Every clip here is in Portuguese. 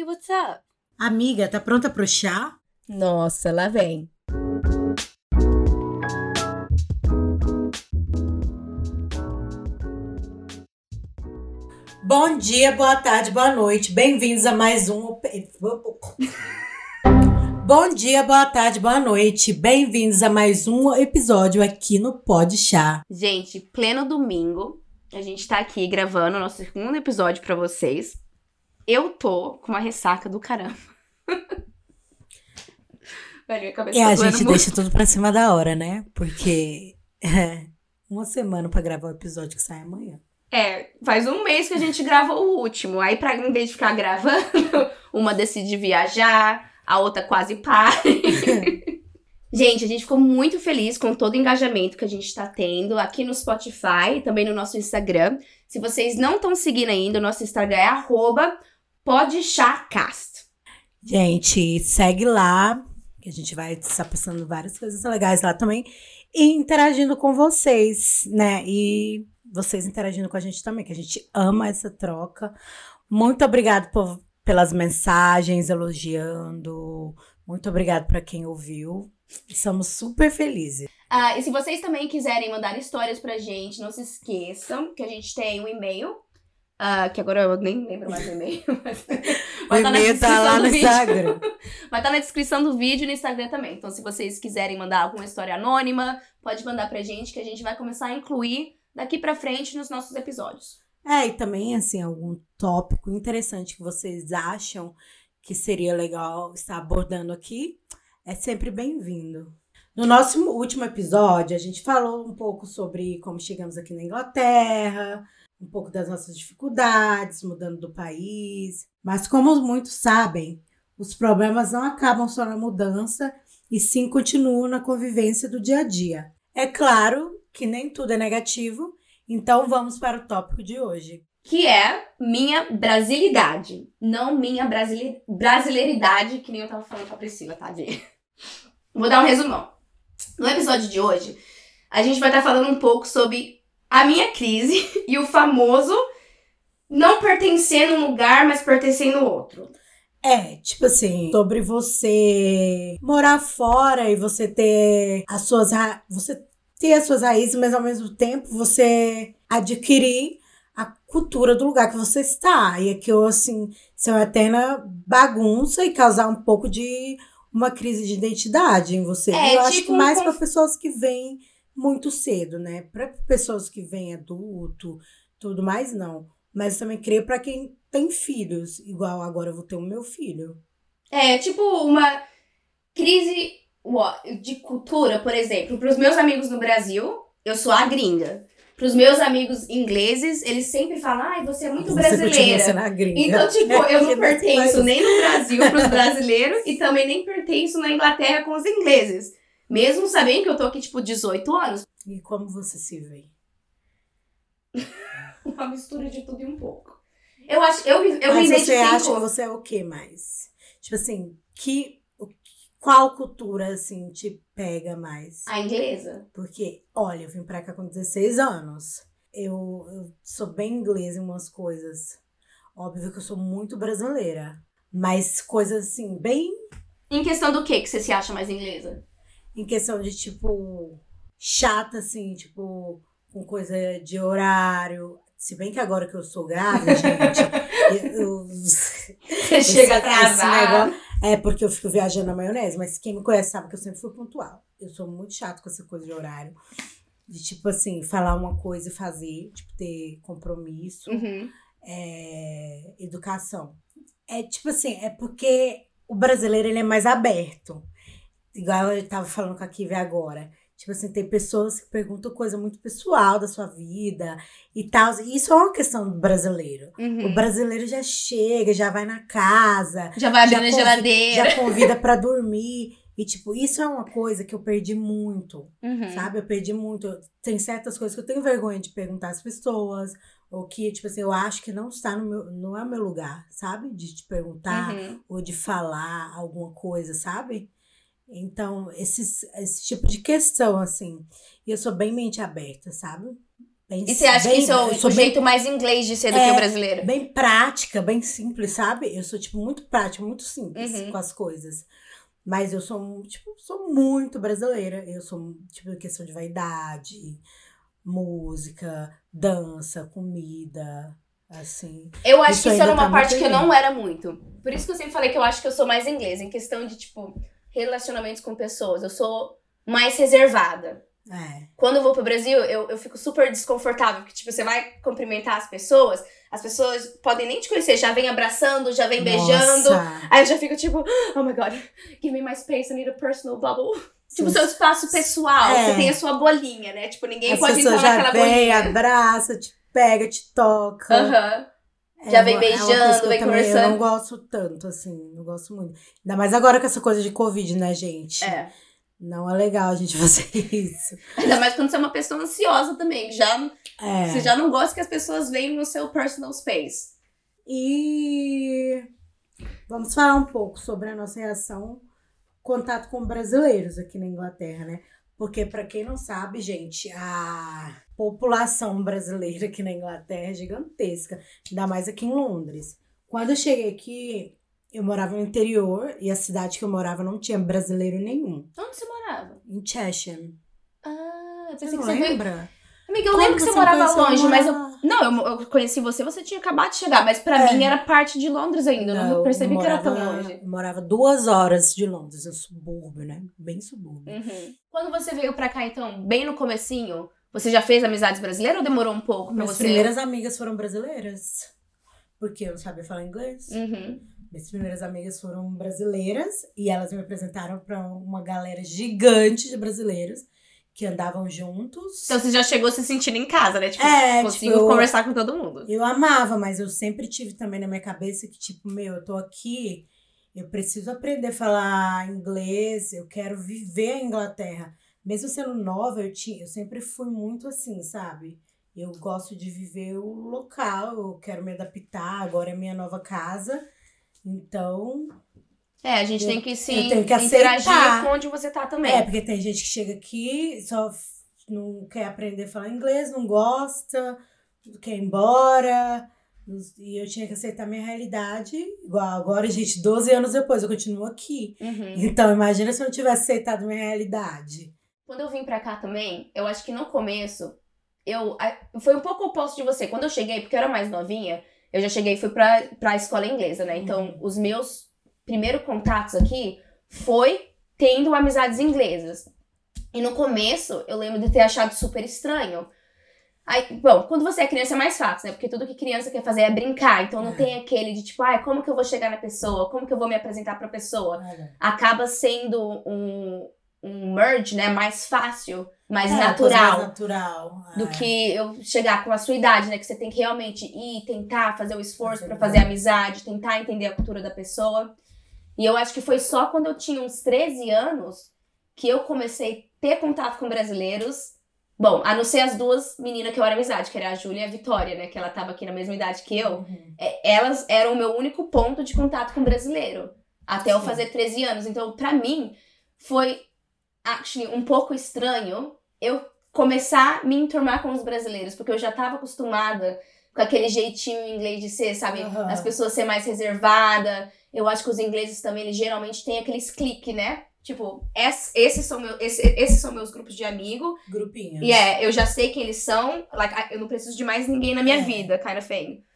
Hey, what's up? Amiga, tá pronta pro chá? Nossa, lá vem. Bom dia, boa tarde, boa noite. Bem-vindos a mais um... Bom dia, boa tarde, boa noite. Bem-vindos a mais um episódio aqui no Pode Chá. Gente, pleno domingo, a gente tá aqui gravando o nosso segundo episódio pra vocês. Eu tô com uma ressaca do caramba. Velho, minha cabeça tá A doendo gente muito. deixa tudo pra cima da hora, né? Porque uma semana pra gravar o episódio que sai amanhã. Faz um mês que a gente gravou o último. Aí, em vez de ficar gravando, uma decide viajar, a outra quase pare. Gente, a gente ficou muito feliz com todo o engajamento que a gente tá tendo aqui no Spotify e também no nosso Instagram. Se vocês não estão seguindo ainda, o nosso Instagram é @podchacast. Gente, segue lá, que a gente vai estar postando várias coisas legais lá também. E interagindo com vocês, né? E vocês interagindo com a gente também, que a gente ama essa troca. Muito obrigado pelas mensagens, elogiando. Muito obrigado para quem ouviu. Somos super felizes. E se vocês também quiserem mandar histórias pra gente, não se esqueçam que a gente tem um e-mail. Que agora eu nem lembro mais o e-mail. Mas O e-mail tá lá no Instagram. Vai estar na descrição do vídeo e no Instagram também. Então, se vocês quiserem mandar alguma história anônima, pode mandar pra gente, que a gente vai começar a incluir daqui pra frente nos nossos episódios. E também, assim, algum tópico interessante que vocês acham que seria legal estar abordando aqui, é sempre bem-vindo. No nosso último episódio, a gente falou um pouco sobre como chegamos aqui na Inglaterra, um pouco das nossas dificuldades, mudando do país. Mas como muitos sabem, os problemas não acabam só na mudança e sim continuam na convivência do dia a dia. É claro que nem tudo é negativo, então vamos para o tópico de hoje. Que é minha brasilidade, não minha brasileiridade, que nem eu tava falando com a Priscila, tá, gente? Vou dar um resumão. No episódio de hoje, a gente vai estar falando um pouco sobre a minha crise e o famoso não pertencer num lugar, mas pertencer no outro. Tipo assim, sobre você morar fora e você ter as suas raízes, mas ao mesmo tempo você adquirir a cultura do lugar que você está. E aquilo, assim, ser uma eterna bagunça e causar um pouco de uma crise de identidade em você. E eu acho que mais para pessoas que vêm muito cedo, né? Para pessoas que vêm adulto, tudo mais, não. Mas eu também creio para quem tem filhos. Igual agora eu vou ter o meu filho. Tipo uma crise de cultura, por exemplo. Para os meus amigos no Brasil, eu sou a gringa. Para os meus amigos ingleses, eles sempre falam, você é muito brasileira. Então, eu não pertenço nem no Brasil para os brasileiros e também nem pertenço na Inglaterra com os ingleses. Mesmo sabendo que eu tô aqui, 18 anos. E como você se vê? Uma mistura de tudo e um pouco. Eu me identifico. Mas você acha que você é o quê mais? Tipo assim, qual cultura, assim, te pega mais? A inglesa. Porque, olha, eu vim pra cá com 16 anos. Eu sou bem inglesa em umas coisas. Óbvio que eu sou muito brasileira. Mas coisas, assim, bem... Em questão do que você se acha mais inglesa? Em questão de, chata, assim, com coisa de horário. Se bem que agora que eu sou grávida, gente... Você chega atrasada. Porque eu fico viajando na maionese. Mas quem me conhece sabe que eu sempre fui pontual. Eu sou muito chata com essa coisa de horário. De, falar uma coisa e fazer. Ter compromisso. Uhum. Educação. É porque o brasileiro, ele é mais aberto. Igual eu tava falando com a Kivi agora. Tem pessoas que perguntam coisa muito pessoal da sua vida e tal. Isso é uma questão do brasileiro. Uhum. O brasileiro já chega, já vai na casa. Já vai abrir na geladeira. Já convida pra dormir. E, isso é uma coisa que eu perdi muito, sabe? Eu perdi muito. Tem certas coisas que eu tenho vergonha de perguntar às pessoas. Ou que, eu acho que não está não é o meu lugar, sabe? De te perguntar ou de falar alguma coisa, sabe? Então, esse tipo de questão, assim. E eu sou bem mente aberta, sabe? bem, E você acha que isso é o jeito mais inglês de ser do que o brasileiro? Bem prática, bem simples, sabe? Eu sou, tipo, muito prática, muito simples com as coisas. Mas eu sou, tipo, sou muito brasileira. Eu sou, tipo, questão de vaidade, música, dança, comida, assim. Eu acho que isso era uma tá parte que eu muito não era muito. Por isso que eu sempre falei que eu acho que eu sou mais inglesa. Em questão de, tipo, relacionamentos com pessoas. Eu sou mais reservada. Quando eu vou pro Brasil, eu fico super desconfortável. Porque, tipo, você vai cumprimentar as pessoas podem nem te conhecer. Já vem abraçando, já vem beijando. Aí eu já fico, tipo, oh my God, give me my space, I need a personal bubble. Tipo, seu espaço pessoal. Você tem a sua bolinha, né? Tipo, ninguém pode entrar naquela bolinha. Abraça, te pega, te toca. Já vem beijando, vem conversando. Eu não gosto tanto, assim, não gosto muito. Ainda mais agora com essa coisa de Covid, né, gente? Não é legal a gente fazer isso. Ainda mais quando você é uma pessoa ansiosa também. Você já não gosta que as pessoas venham no seu personal space. E vamos falar um pouco sobre a nossa reação, contato com brasileiros aqui na Inglaterra, né? Porque, pra quem não sabe, gente, a população brasileira aqui na Inglaterra é gigantesca. Ainda mais aqui em Londres. Quando eu cheguei aqui, eu morava no interior e a cidade que eu morava não tinha brasileiro nenhum. Onde você morava? Em Chesham. Eu pensei Você que não lembra? Amiga, eu lembro que você morava longe, mas eu conheci você tinha acabado de chegar, mas pra mim era parte de Londres ainda, eu não percebi que era tão longe. Eu morava 2 horas de Londres, no subúrbio, né? Bem subúrbio. Quando você veio pra cá, então, bem no comecinho, você já fez amizades brasileiras ou demorou um pouco pra Minhas primeiras amigas foram brasileiras, porque eu não sabia falar inglês. Minhas primeiras amigas foram brasileiras e elas me apresentaram pra uma galera gigante de brasileiros que andavam juntos. Então você já chegou se sentindo em casa, né? Tipo, consigo conversar com todo mundo. Eu amava, mas eu sempre tive também na minha cabeça que, tipo, eu tô aqui, eu preciso aprender a falar inglês, eu quero viver a Inglaterra. Mesmo sendo nova, eu sempre fui muito assim, sabe? Eu gosto de viver o local, eu quero me adaptar, agora é minha nova casa. Então... a gente tem que interagir com onde você tá também. Porque tem gente que chega aqui, só não quer aprender a falar inglês, não gosta, quer ir embora. E eu tinha que aceitar a minha realidade. Igual agora, gente, 12 anos depois, eu continuo aqui. Então, imagina se eu não tivesse aceitado a minha realidade. Quando eu vim pra cá também, eu acho que no começo, foi um pouco o oposto de você. Quando eu cheguei, porque eu era mais novinha, eu já cheguei e fui pra escola inglesa, né? Então, os meus primeiros contatos aqui foi tendo amizades inglesas. E no começo, eu lembro de ter achado super estranho. Aí, bom, quando você é criança é mais fácil, né? Porque tudo que criança quer fazer é brincar. Então não tem aquele de tipo, como que eu vou chegar na pessoa? Como que eu vou me apresentar pra pessoa? Acaba sendo um merge, né? Mais fácil, mais natural. Do que eu chegar com a sua idade, né? Que você tem que realmente ir, tentar fazer o esforço pra fazer amizade, tentar entender a cultura da pessoa. E eu acho que foi só quando eu tinha uns 13 anos que eu comecei a ter contato com brasileiros. Bom, a não ser as duas meninas que eu era amizade, que era a Júlia e a Vitória, né? Que ela tava aqui na mesma idade que eu. Elas eram o meu único ponto de contato com brasileiro. Até eu fazer 13 anos. Então, pra mim, foi um pouco estranho eu começar a me enturmar com os brasileiros. Porque eu já tava acostumada com aquele jeitinho inglês de ser, sabe? As pessoas ser mais reservadas. Eu acho que os ingleses também, eles geralmente têm aqueles cliques, né? Tipo, esses são meus grupos de amigo. Grupinhos. E eu já sei quem eles são. Eu não preciso de mais ninguém na minha vida, kind of thing.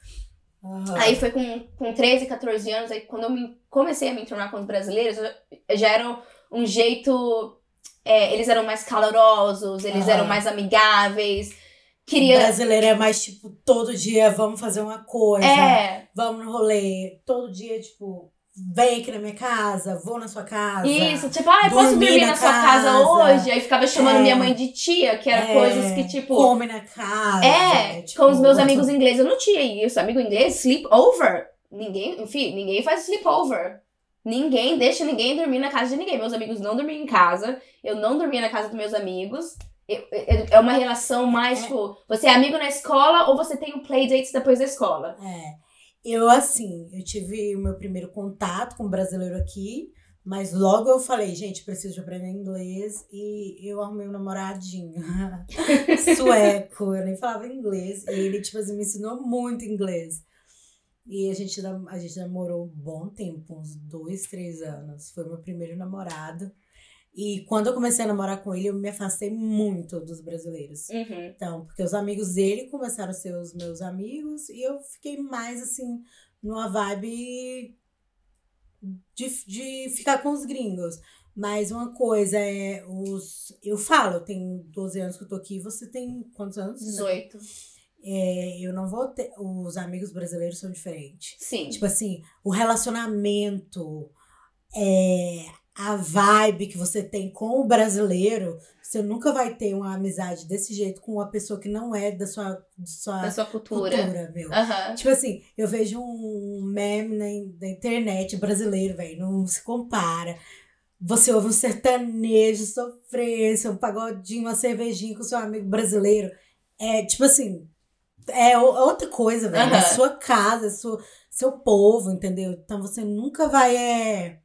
Aí foi com 13, 14 anos, aí quando eu comecei a me enturmar com os brasileiros, já era um jeito... eles eram mais calorosos, eles eram mais amigáveis. Brasileiro é mais, tipo, todo dia vamos fazer uma coisa. Vamos no rolê. Todo dia, tipo, vem aqui na minha casa, vou na sua casa. Isso, tipo, posso dormir na sua casa hoje? Aí ficava chamando minha mãe de tia, que era coisas que, tipo... Come na casa. Tipo, com os meus amigos ingleses, eu não tinha isso. Amigo inglês, sleepover. Ninguém faz sleepover. Ninguém deixa ninguém dormir na casa de ninguém. Meus amigos não dormiam em casa. Eu não dormia na casa dos meus amigos. É uma relação mais, tipo, você é amigo na escola ou você tem um playdates depois da escola? Eu tive o meu primeiro contato com um brasileiro aqui, Mas logo eu falei, gente, preciso de aprender inglês. E eu arrumei um namoradinho sueco. Eu nem falava inglês. E ele, tipo assim, me ensinou muito inglês. E a gente namorou um bom tempo, uns 2, 3 anos. Foi meu primeiro namorado. E quando eu comecei a namorar com ele, eu me afastei muito dos brasileiros. Então, porque os amigos dele começaram a ser os meus amigos. E eu fiquei mais, assim, numa vibe de ficar com os gringos. Mas uma coisa é eu falo, eu tenho 12 anos que eu tô aqui, você tem quantos anos? 18. Eu não vou ter. Os amigos brasileiros são diferentes. Sim. Tipo assim, o relacionamento, a vibe que você tem com o brasileiro, você nunca vai ter uma amizade desse jeito com uma pessoa que não é da sua cultura, meu. Tipo assim, eu vejo um meme na internet brasileiro, velho, não se compara. Você ouve um sertanejo, sofrência, um pagodinho, uma cervejinha com seu amigo brasileiro. É, tipo assim, é outra coisa, velho. É sua casa, seu povo, entendeu? Então você nunca vai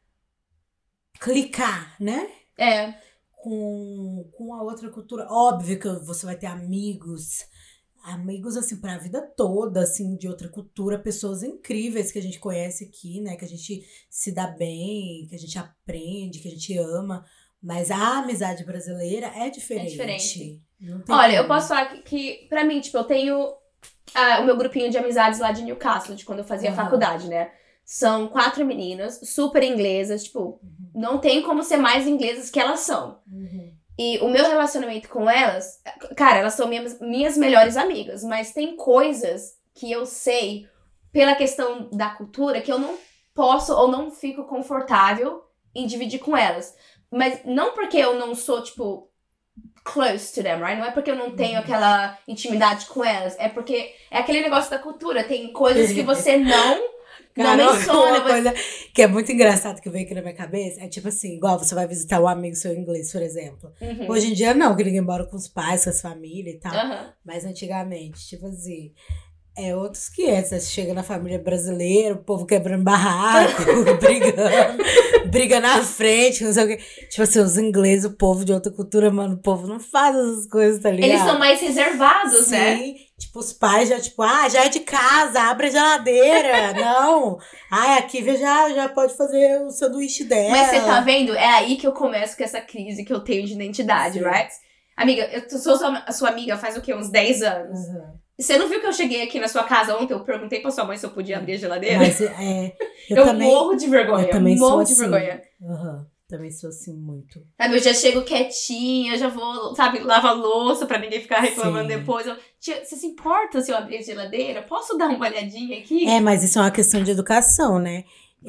clicar, né? Com a outra cultura. Óbvio que você vai ter amigos assim pra vida toda, assim, de outra cultura, pessoas incríveis que a gente conhece aqui, né, que a gente se dá bem, que a gente aprende, que a gente ama, mas a amizade brasileira é diferente. É diferente. Não tem Olha, como. eu posso falar que pra mim, tipo, eu tenho o meu grupinho de amizades lá de Newcastle, de quando eu fazia faculdade, né? São 4 meninas, super inglesas, tipo, não tem como ser mais inglesas que elas são. E o meu relacionamento com elas, cara, elas são minhas melhores amigas, mas tem coisas que eu sei, pela questão da cultura, que eu não posso ou não fico confortável em dividir com elas. Mas não porque eu não sou, tipo, close to them, right? Não é porque eu não tenho aquela intimidade com elas, é porque é aquele negócio da cultura, tem coisas que você não menciona. Uma coisa que é muito engraçado que veio aqui na minha cabeça é tipo assim, igual você vai visitar um amigo seu inglês, por exemplo. Hoje em dia não, que ninguém mora com os pais, com as famílias e tal. Mas antigamente, tipo assim, outros 500. Você chega na família brasileira, o povo quebrando barraco, briga na frente, não sei o quê. Tipo assim, os ingleses, o povo de outra cultura, mano, o povo não faz essas coisas, tá ligado? Eles são mais reservados, né? Sim. Tipo, os pais já, tipo, já é de casa, abre a geladeira. Não. Aqui já pode fazer o sanduíche dela. Mas você tá vendo? É aí que eu começo com essa crise que eu tenho de identidade, right? Amiga, eu sou sua amiga faz o quê? Uns 10 anos. Você não viu que eu cheguei aqui na sua casa ontem? Eu perguntei pra sua mãe se eu podia abrir a geladeira? Mas, eu também, morro de vergonha. Eu também morro sou de assim. vergonha. Também sou assim, muito. Sabe, eu já chego quietinha, eu já vou, sabe, lavo a louça pra ninguém ficar reclamando depois. Tia, você se importa se eu abrir a geladeira? Posso dar uma olhadinha aqui? Mas isso é uma questão de educação, né?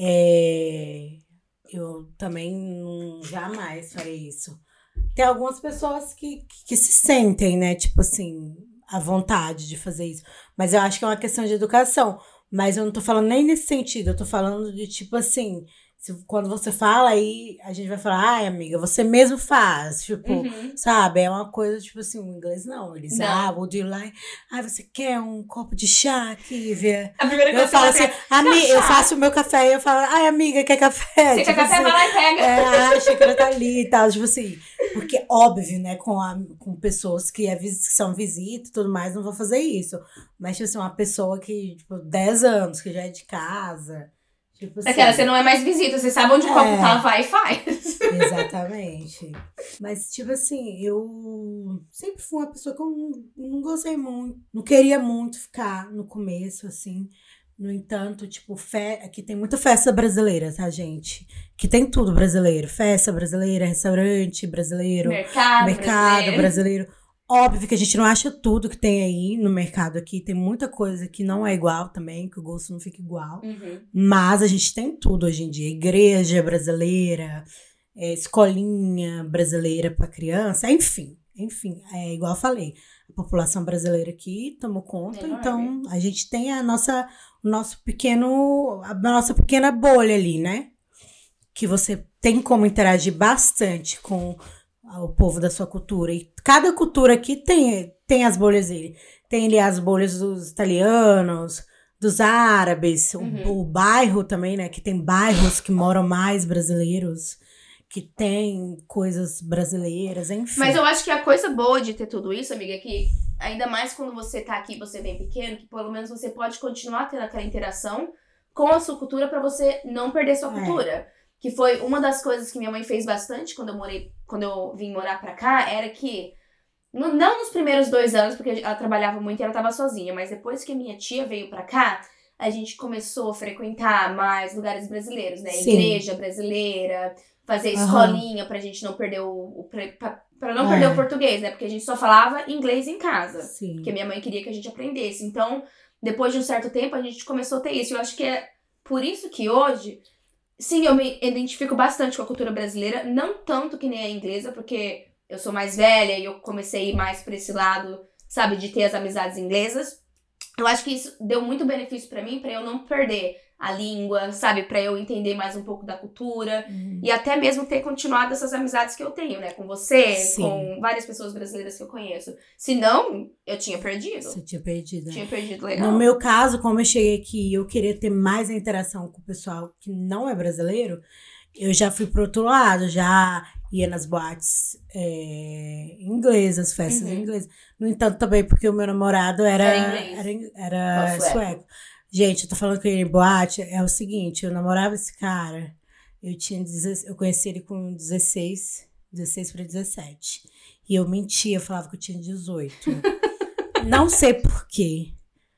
Eu também jamais farei isso. Tem algumas pessoas que se sentem, né? Tipo assim, à vontade de fazer isso. Mas eu acho que é uma questão de educação. Mas eu não tô falando nem nesse sentido. Eu tô falando de, tipo assim, quando você fala, aí a gente vai falar, ai, amiga, você mesmo faz. Tipo, sabe? É uma coisa, tipo assim, o inglês não. Eles, would you like? Você quer um copo de chá, Kívia? A primeira coisa eu falo assim, amiga, eu faço o meu café e eu falo, ai, amiga, quer café? Você quer café, vai lá e pega. A xícara tá ali e tal, tipo assim. Porque, óbvio, né, com pessoas que são visita e tudo mais, não vou fazer isso. Mas, tipo assim, uma pessoa que, tipo, 10 anos, que já é de casa. Tipo assim, você não é mais visita, você sabe onde o copo tá, vai e faz. Exatamente. Mas, tipo assim, eu sempre fui uma pessoa que eu não gostei muito, não queria muito ficar no começo, assim. No entanto, tipo, aqui tem muita festa brasileira, tá, gente? Que tem tudo brasileiro. Festa brasileira, restaurante brasileiro. Mercado brasileiro. Óbvio que a gente não acha tudo que tem aí no mercado aqui. Tem muita coisa que não é igual também, que o gosto não fica igual. Mas a gente tem tudo hoje em dia. Igreja brasileira, escolinha brasileira para criança, enfim, igual eu falei. A população brasileira aqui tomou conta, então a gente tem a nossa pequena bolha ali, né? Que você tem como interagir bastante com o povo da sua cultura. E cada cultura aqui tem as bolhas dele. Tem ali as bolhas dos italianos, dos árabes, o bairro também, né? Que tem bairros que moram mais brasileiros, que tem coisas brasileiras, enfim. Mas eu acho que a coisa boa de ter tudo isso, amiga, é que ainda mais quando você tá aqui, você é bem pequeno, que pelo menos você pode continuar tendo aquela interação com a sua cultura pra você não perder sua cultura. Que foi uma das coisas que minha mãe fez bastante quando eu vim morar pra cá, era que não nos primeiros 2 anos, porque ela trabalhava muito e ela tava sozinha, mas depois que minha tia veio pra cá, a gente começou a frequentar mais lugares brasileiros, né? Sim. Igreja brasileira, fazer escolinha pra gente não perder pra não perder o português, né? Porque a gente só falava inglês em casa. Sim. Porque minha mãe queria que a gente aprendesse. Então, depois de um certo tempo, a gente começou a ter isso. Eu acho que é por isso que hoje, sim, eu me identifico bastante com a cultura brasileira. Não tanto que nem a inglesa, porque eu sou mais velha e eu comecei a ir mais pra esse lado, sabe? De ter as amizades inglesas. Eu acho que isso deu muito benefício pra mim, pra eu não perder a língua, sabe? Pra eu entender mais um pouco da cultura. E até mesmo ter continuado essas amizades que eu tenho, né? Com você, Sim. com várias pessoas brasileiras que eu conheço. Senão, eu tinha perdido. Você tinha perdido, né? Tinha perdido, legal. No meu caso, como eu cheguei aqui e eu queria ter mais a interação com o pessoal que não é brasileiro, eu já fui pro outro lado, já ia nas boates inglesas, festas inglesas. No entanto, também porque o meu namorado era sueco. Gente, eu tô falando que ele em boate, é o seguinte, eu namorava esse cara, eu conheci ele com 16 para 17. E eu mentia, eu falava que eu tinha 18. Não sei por quê.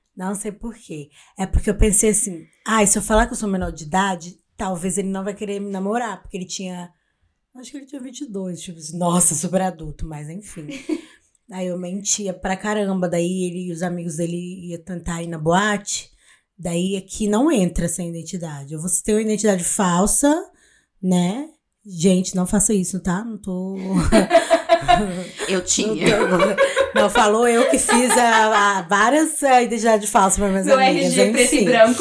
É porque eu pensei assim, se eu falar que eu sou menor de idade, talvez ele não vai querer me namorar, porque acho que ele tinha 22, tipo assim, nossa, super adulto, mas enfim. Aí eu mentia pra caramba, daí ele e os amigos dele iam tentar ir na boate, daí aqui não entra sem identidade. Eu vou ter uma identidade falsa, né? Gente, não faça isso, tá? Não tô... Eu tinha. Não, falou eu que fiz várias identidades falsas para minhas amigas. Meu RG preto e branco.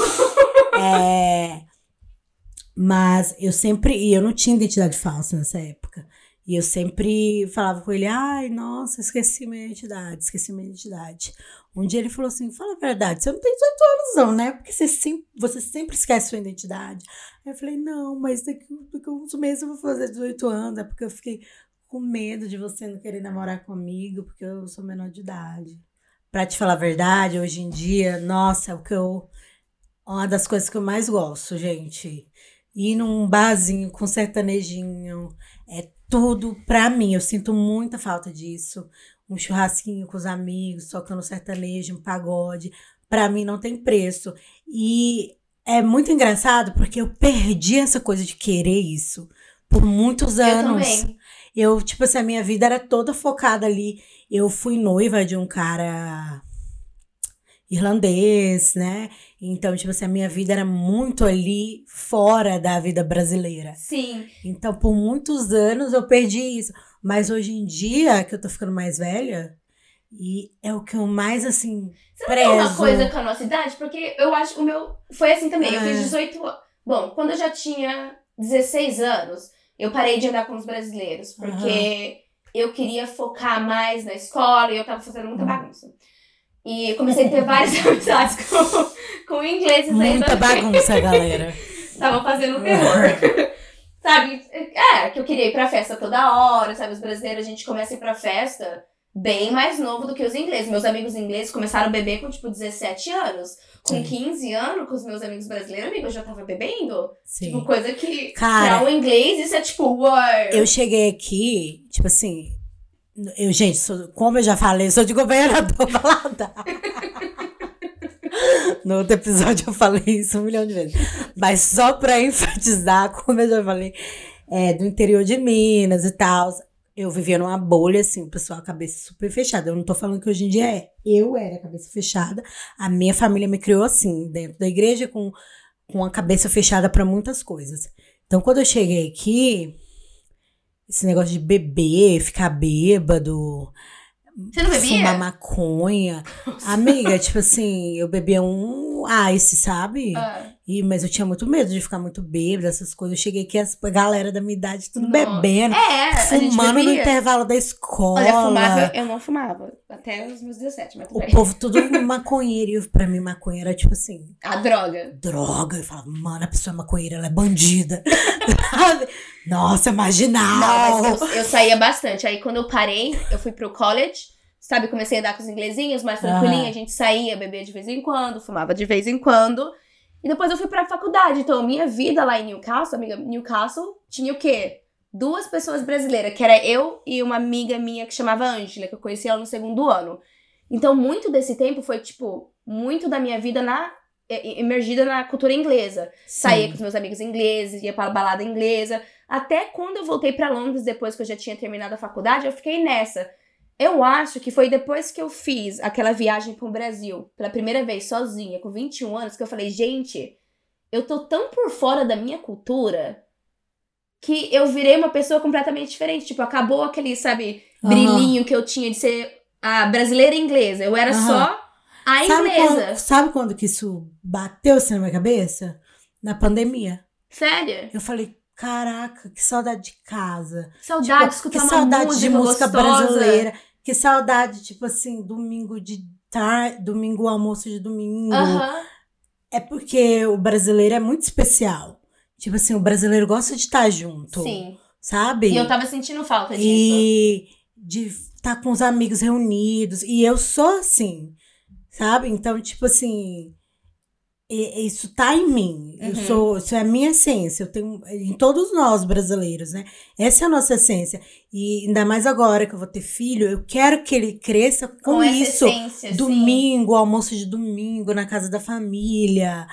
Mas eu não tinha identidade falsa nessa época. E eu sempre falava com ele, nossa, esqueci minha identidade. Um dia ele falou assim, fala a verdade, você não tem 18 anos não, né? Porque você sempre esquece sua identidade. Aí eu falei, não, mas daqui uns meses eu vou fazer 18 anos, é porque eu fiquei com medo de você não querer namorar comigo, porque eu sou menor de idade. Pra te falar a verdade, hoje em dia, nossa, uma das coisas que eu mais gosto, gente. Ir num barzinho com sertanejinho, é tudo pra mim. Eu sinto muita falta disso. Um churrasquinho com os amigos, tocando sertanejo, um pagode. Pra mim não tem preço. E é muito engraçado porque eu perdi essa coisa de querer isso por muitos anos. Eu também. Tipo assim, a minha vida era toda focada ali. Eu fui noiva de um cara irlandês, né? Então, tipo assim, a minha vida era muito ali fora da vida brasileira. Sim. Então, por muitos anos eu perdi isso. Mas hoje em dia, que eu tô ficando mais velha, e é o que eu mais, assim, Você não tem uma coisa com a nossa idade? Porque eu acho que o meu foi assim também. Eu fiz 18 anos. Bom, quando eu já tinha 16 anos, eu parei de andar com os brasileiros. Porque eu queria focar mais na escola e eu tava fazendo muita bagunça. E eu comecei a ter várias amizades com ingleses aí. Muita bagunça, galera. Tava fazendo terror. Sabe? Que eu queria ir pra festa toda hora, sabe? Os brasileiros, a gente começa a ir pra festa bem mais novo do que os ingleses. Meus amigos ingleses começaram a beber com, 17 anos. Com 15 anos, com os meus amigos brasileiros, amigo, eu já tava bebendo. Sim. Tipo, coisa que, cara, pra um inglês, isso é tipo, uau. Eu cheguei aqui, tipo assim... gente, como eu já falei, eu sou de governador Valadares. No outro episódio eu falei isso 1 milhão de vezes. Mas só pra enfatizar, como eu já falei, do interior de Minas e tal. Eu vivia numa bolha, assim, o pessoal, a cabeça super fechada. Eu não tô falando que hoje em dia eu era a cabeça fechada. A minha família me criou assim, dentro da igreja, com a cabeça fechada pra muitas coisas. Então, quando eu cheguei aqui... Esse negócio de beber, ficar bêbado. Você não bebia? Fumar maconha. Amiga, tipo assim, eu bebia um ice, sabe? Mas eu tinha muito medo de ficar muito bêbada, essas coisas. Eu cheguei aqui, a galera da minha idade tudo Não. bebendo, A gente fumando no bebia. intervalo da escola. Olha, eu não fumava. Até os meus 17, mas tudo O bem. povo tudo maconheiro. E pra mim, maconha era tipo assim... A droga. Droga. Eu falava, mano, a pessoa é maconheira, ela é bandida. Nossa, marginal. Não, mas eu saía bastante. Aí quando eu parei, eu fui pro college. Sabe, comecei a andar com os inglesinhos, mais tranquilinha. A gente saía, bebia de vez em quando, fumava de vez em quando. E depois eu fui pra faculdade. Então, minha vida lá em Newcastle, amiga, Newcastle, tinha o quê? 2 pessoas brasileiras, que era eu e uma amiga minha que chamava Ângela, que eu conheci ela no 2º ano. Então, muito desse tempo foi, tipo, muito da minha vida emergida na cultura inglesa. Sim. Saía com os meus amigos ingleses, ia pra balada inglesa. Até quando eu voltei pra Londres, depois que eu já tinha terminado a faculdade, eu fiquei nessa. Eu acho que foi depois que eu fiz aquela viagem pro Brasil, pela primeira vez, sozinha, com 21 anos, que eu falei, gente, eu tô tão por fora da minha cultura que eu virei uma pessoa completamente diferente. Tipo, acabou aquele, sabe, brilhinho que eu tinha de ser a brasileira inglesa. Eu era só a inglesa. Sabe quando que isso bateu assim na minha cabeça? Na pandemia. Sério? Eu falei, caraca, que saudade de casa. Saudade de escutar uma música saudade de música gostosa. brasileira. Que saudade, tipo assim, domingo de tarde, domingo, almoço de domingo. É porque o brasileiro é muito especial. Tipo assim, o brasileiro gosta de estar junto. Sim. Sabe? E eu tava sentindo falta disso. E de estar com os amigos reunidos. E eu sou assim, sabe? Então, tipo assim... Isso tá em mim. Isso é a minha essência. Eu tenho em todos nós brasileiros, né? Essa é a nossa essência. E ainda mais agora que eu vou ter filho, eu quero que ele cresça com isso. Essência, domingo, almoço de domingo, na casa da família.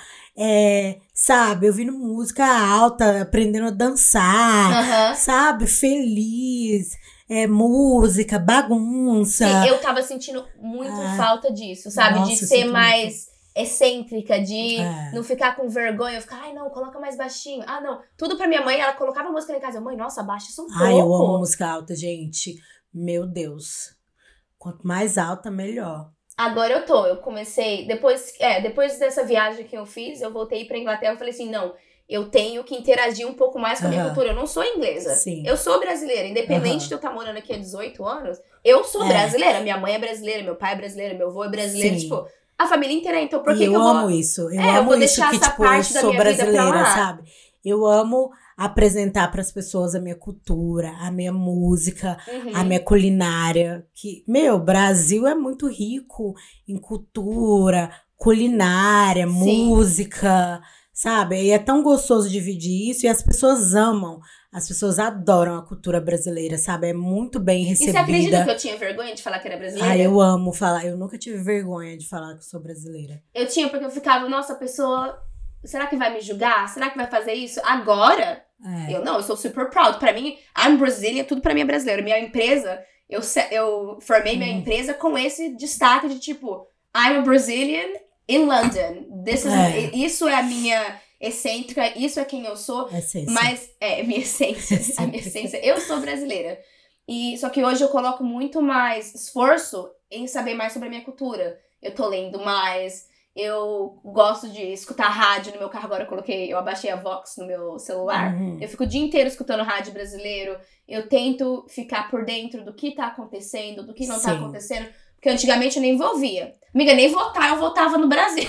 Sabe, ouvindo música alta, aprendendo a dançar. Sabe, feliz. Música, bagunça. Sim, eu tava sentindo muito falta disso, sabe? Nossa, de ser mais... excêntrica, de não ficar com vergonha, eu ficar, ai não, coloca mais baixinho, não, tudo pra minha mãe, ela colocava música lá em casa, mãe, nossa, baixa isso um pouco. Eu amo música alta, gente, meu Deus, quanto mais alta, melhor. Agora eu comecei, depois dessa viagem que eu fiz, eu voltei pra Inglaterra, eu falei assim, não, eu tenho que interagir um pouco mais com a minha cultura, eu não sou inglesa, eu sou brasileira, independente de eu estar morando aqui há 18 anos, eu sou brasileira, minha mãe é brasileira, meu pai é brasileiro, meu avô é brasileiro, tipo... A família inteira, então por que eu eu amo isso. Eu amo eu vou isso deixar que, essa tipo, parte eu da sou minha vida pra brasileira, lá. sabe? Eu amo apresentar pras pessoas a minha cultura, a minha música, a minha culinária. Que, Brasil é muito rico em cultura, culinária, música, sabe? E é tão gostoso dividir isso e as pessoas amam. As pessoas adoram a cultura brasileira, sabe? É muito bem recebida. E você acredita que eu tinha vergonha de falar que era brasileira? Eu amo falar. Eu nunca tive vergonha de falar que eu sou brasileira. Eu tinha, porque eu ficava, nossa, a pessoa... Será que vai me julgar? Será que vai fazer isso? Agora, eu sou super proud. Pra mim, I'm Brazilian, tudo pra mim é brasileiro. Minha empresa, eu formei minha empresa com esse destaque de tipo, I'm a Brazilian in London. Isso é a minha... excêntrica, isso é quem eu sou, mas minha essência, a minha essência, eu sou brasileira. E só que hoje eu coloco muito mais esforço em saber mais sobre a minha cultura. Eu tô lendo mais, eu gosto de escutar rádio no meu carro, agora eu abaixei a Vox no meu celular. Eu fico o dia inteiro escutando rádio brasileiro. Eu tento ficar por dentro do que tá acontecendo, do que não tá acontecendo, porque antigamente eu nem ouvia. Amiga, nem votar, eu votava no Brasil.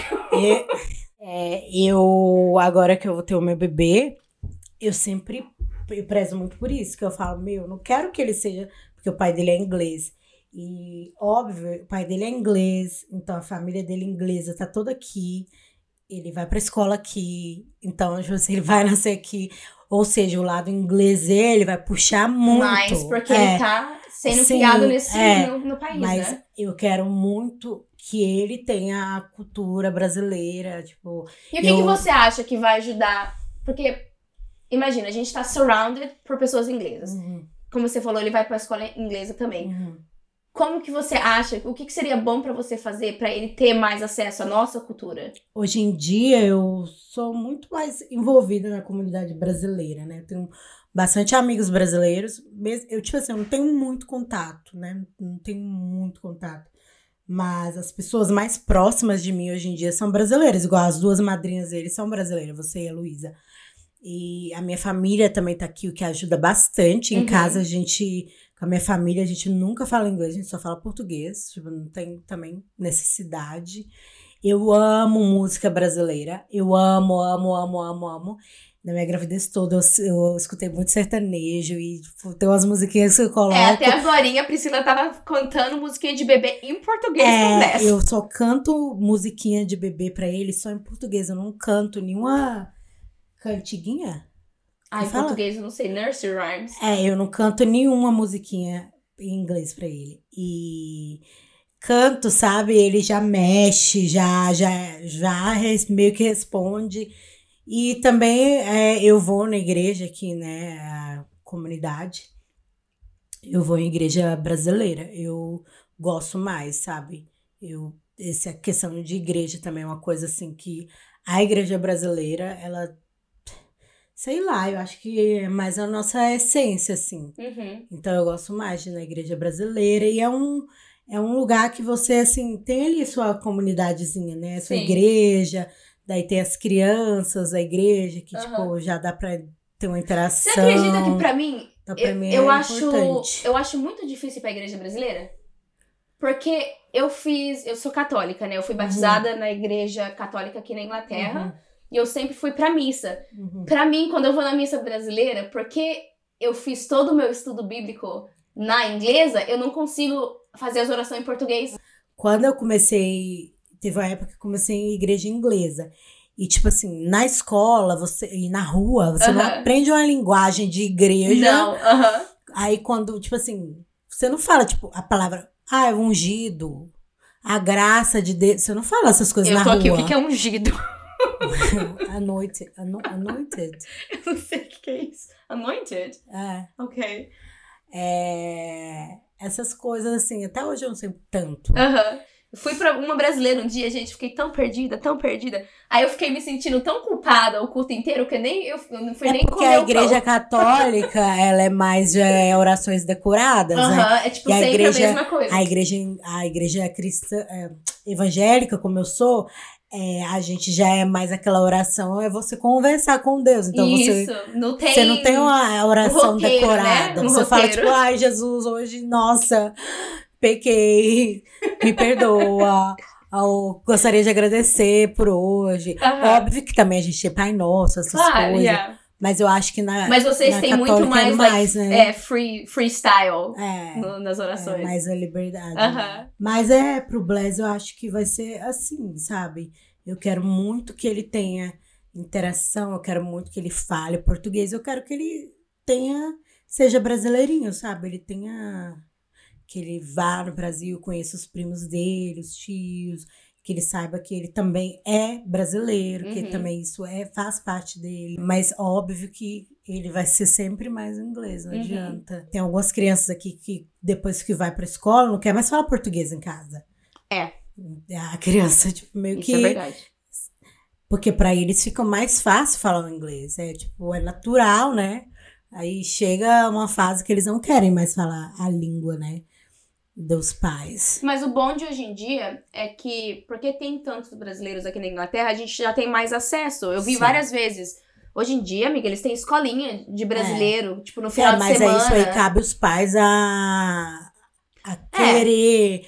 Eu, agora que eu vou ter o meu bebê, eu prezo muito por isso, que eu falo, não quero que ele seja, porque o pai dele é inglês, e óbvio, o pai dele é inglês, então a família dele inglesa tá toda aqui, ele vai pra escola aqui, então ele vai nascer aqui, ou seja, o lado inglês ele vai puxar muito. Mas porque ele tá sendo criado no país, mas né? eu quero muito que ele tenha a cultura brasileira, tipo... E o que você acha que vai ajudar? Porque, imagina, a gente tá surrounded por pessoas inglesas. Como você falou, ele vai pra escola inglesa também. Como que você acha, o que seria bom pra você fazer pra ele ter mais acesso à nossa cultura? Hoje em dia, eu sou muito mais envolvida na comunidade brasileira, né? Eu tenho bastante amigos brasileiros. Eu, tipo assim, eu não tenho muito contato, né? Não tenho muito contato. Mas as pessoas mais próximas de mim hoje em dia são brasileiras, igual as duas madrinhas deles são brasileiras, você e a Luísa. E a minha família também tá aqui, o que ajuda bastante. Em casa, com a minha família, a gente nunca fala inglês, a gente só fala português. Tipo, não tem também necessidade. Eu amo música brasileira. Eu amo, amo, amo, amo, amo. Na minha gravidez toda, eu escutei muito sertanejo e tipo, tem umas musiquinhas que eu coloco. Até agorinha a Priscila tava cantando musiquinha de bebê em português com Ness. Eu só canto musiquinha de bebê pra ele só em português. Eu não canto nenhuma cantiguinha. Em português eu não sei, nursery rhymes. Eu não canto nenhuma musiquinha em inglês pra ele. E canto, sabe? Ele já mexe, já meio que responde. E também eu vou na igreja aqui, né? A comunidade. Eu vou em igreja brasileira. Eu gosto mais, sabe? Essa questão de igreja também é uma coisa assim que a igreja brasileira, ela... Sei lá, eu acho que é mais a nossa essência, assim. Então eu gosto mais de ir na igreja brasileira. E é um lugar que você, assim, tem ali sua comunidadezinha, né? Sua igreja... Daí tem as crianças da igreja, que, tipo, já dá pra ter uma interação. Você acredita que pra mim, então, pra mim eu acho muito difícil ir pra igreja brasileira? Porque eu sou católica, né? Eu fui batizada na igreja católica aqui na Inglaterra. E eu sempre fui pra missa. Pra mim, quando eu vou na missa brasileira, porque eu fiz todo o meu estudo bíblico na inglesa, eu não consigo fazer as orações em português. Quando eu comecei... Teve uma época que eu comecei em igreja inglesa. E, tipo assim, na escola e na rua, você não aprende uma linguagem de igreja. Não, Aí quando, tipo assim, você não fala, tipo, a palavra, ungido, a graça de Deus. Você não fala essas coisas na rua. Eu tô aqui, o que é ungido? Anointed. Eu não sei o que é isso. Anointed? Ok. Essas coisas, assim, até hoje eu não sei tanto. Fui pra uma brasileira um dia, gente, fiquei tão perdida. Aí eu fiquei me sentindo tão culpada o culto inteiro que eu não fui nem comer o pão. Porque a igreja católica, ela é mais orações decoradas, né? É tipo sempre a mesma coisa. A igreja cristã, evangélica, como eu sou, a gente já é mais aquela oração, é você conversar com Deus. Então você não tem uma oração decorada. Né? Você fala tipo, ai Jesus, hoje, nossa... Pequei, me perdoa, eu gostaria de agradecer por hoje. Óbvio que também a gente é Pai Nosso, essas coisas. Mas eu acho que Mas vocês têm muito mais né? freestyle nas orações. Mais a liberdade. Né? Mas pro Bless eu acho que vai ser assim, sabe? Eu quero muito que ele tenha interação, eu quero muito que ele fale português, eu quero que ele seja brasileirinho, sabe? Ele tenha... Que ele vá no Brasil, conheça os primos dele, os tios, que ele saiba que ele também é brasileiro, que também isso faz parte dele. Mas óbvio que ele vai ser sempre mais inglês, não adianta. Tem algumas crianças aqui que depois que vai pra escola não quer mais falar português em casa. A criança, tipo, meio isso é verdade. Porque pra eles fica mais fácil falar o inglês. É natural, né? Aí chega uma fase que eles não querem mais falar a língua, né? Dos pais. Mas o bom de hoje em dia é que, porque tem tantos brasileiros aqui na Inglaterra, a gente já tem mais acesso. Eu vi várias vezes. Hoje em dia, amiga, eles têm escolinha de brasileiro, tipo, no final de semana. Mas isso aí cabe os pais a querer,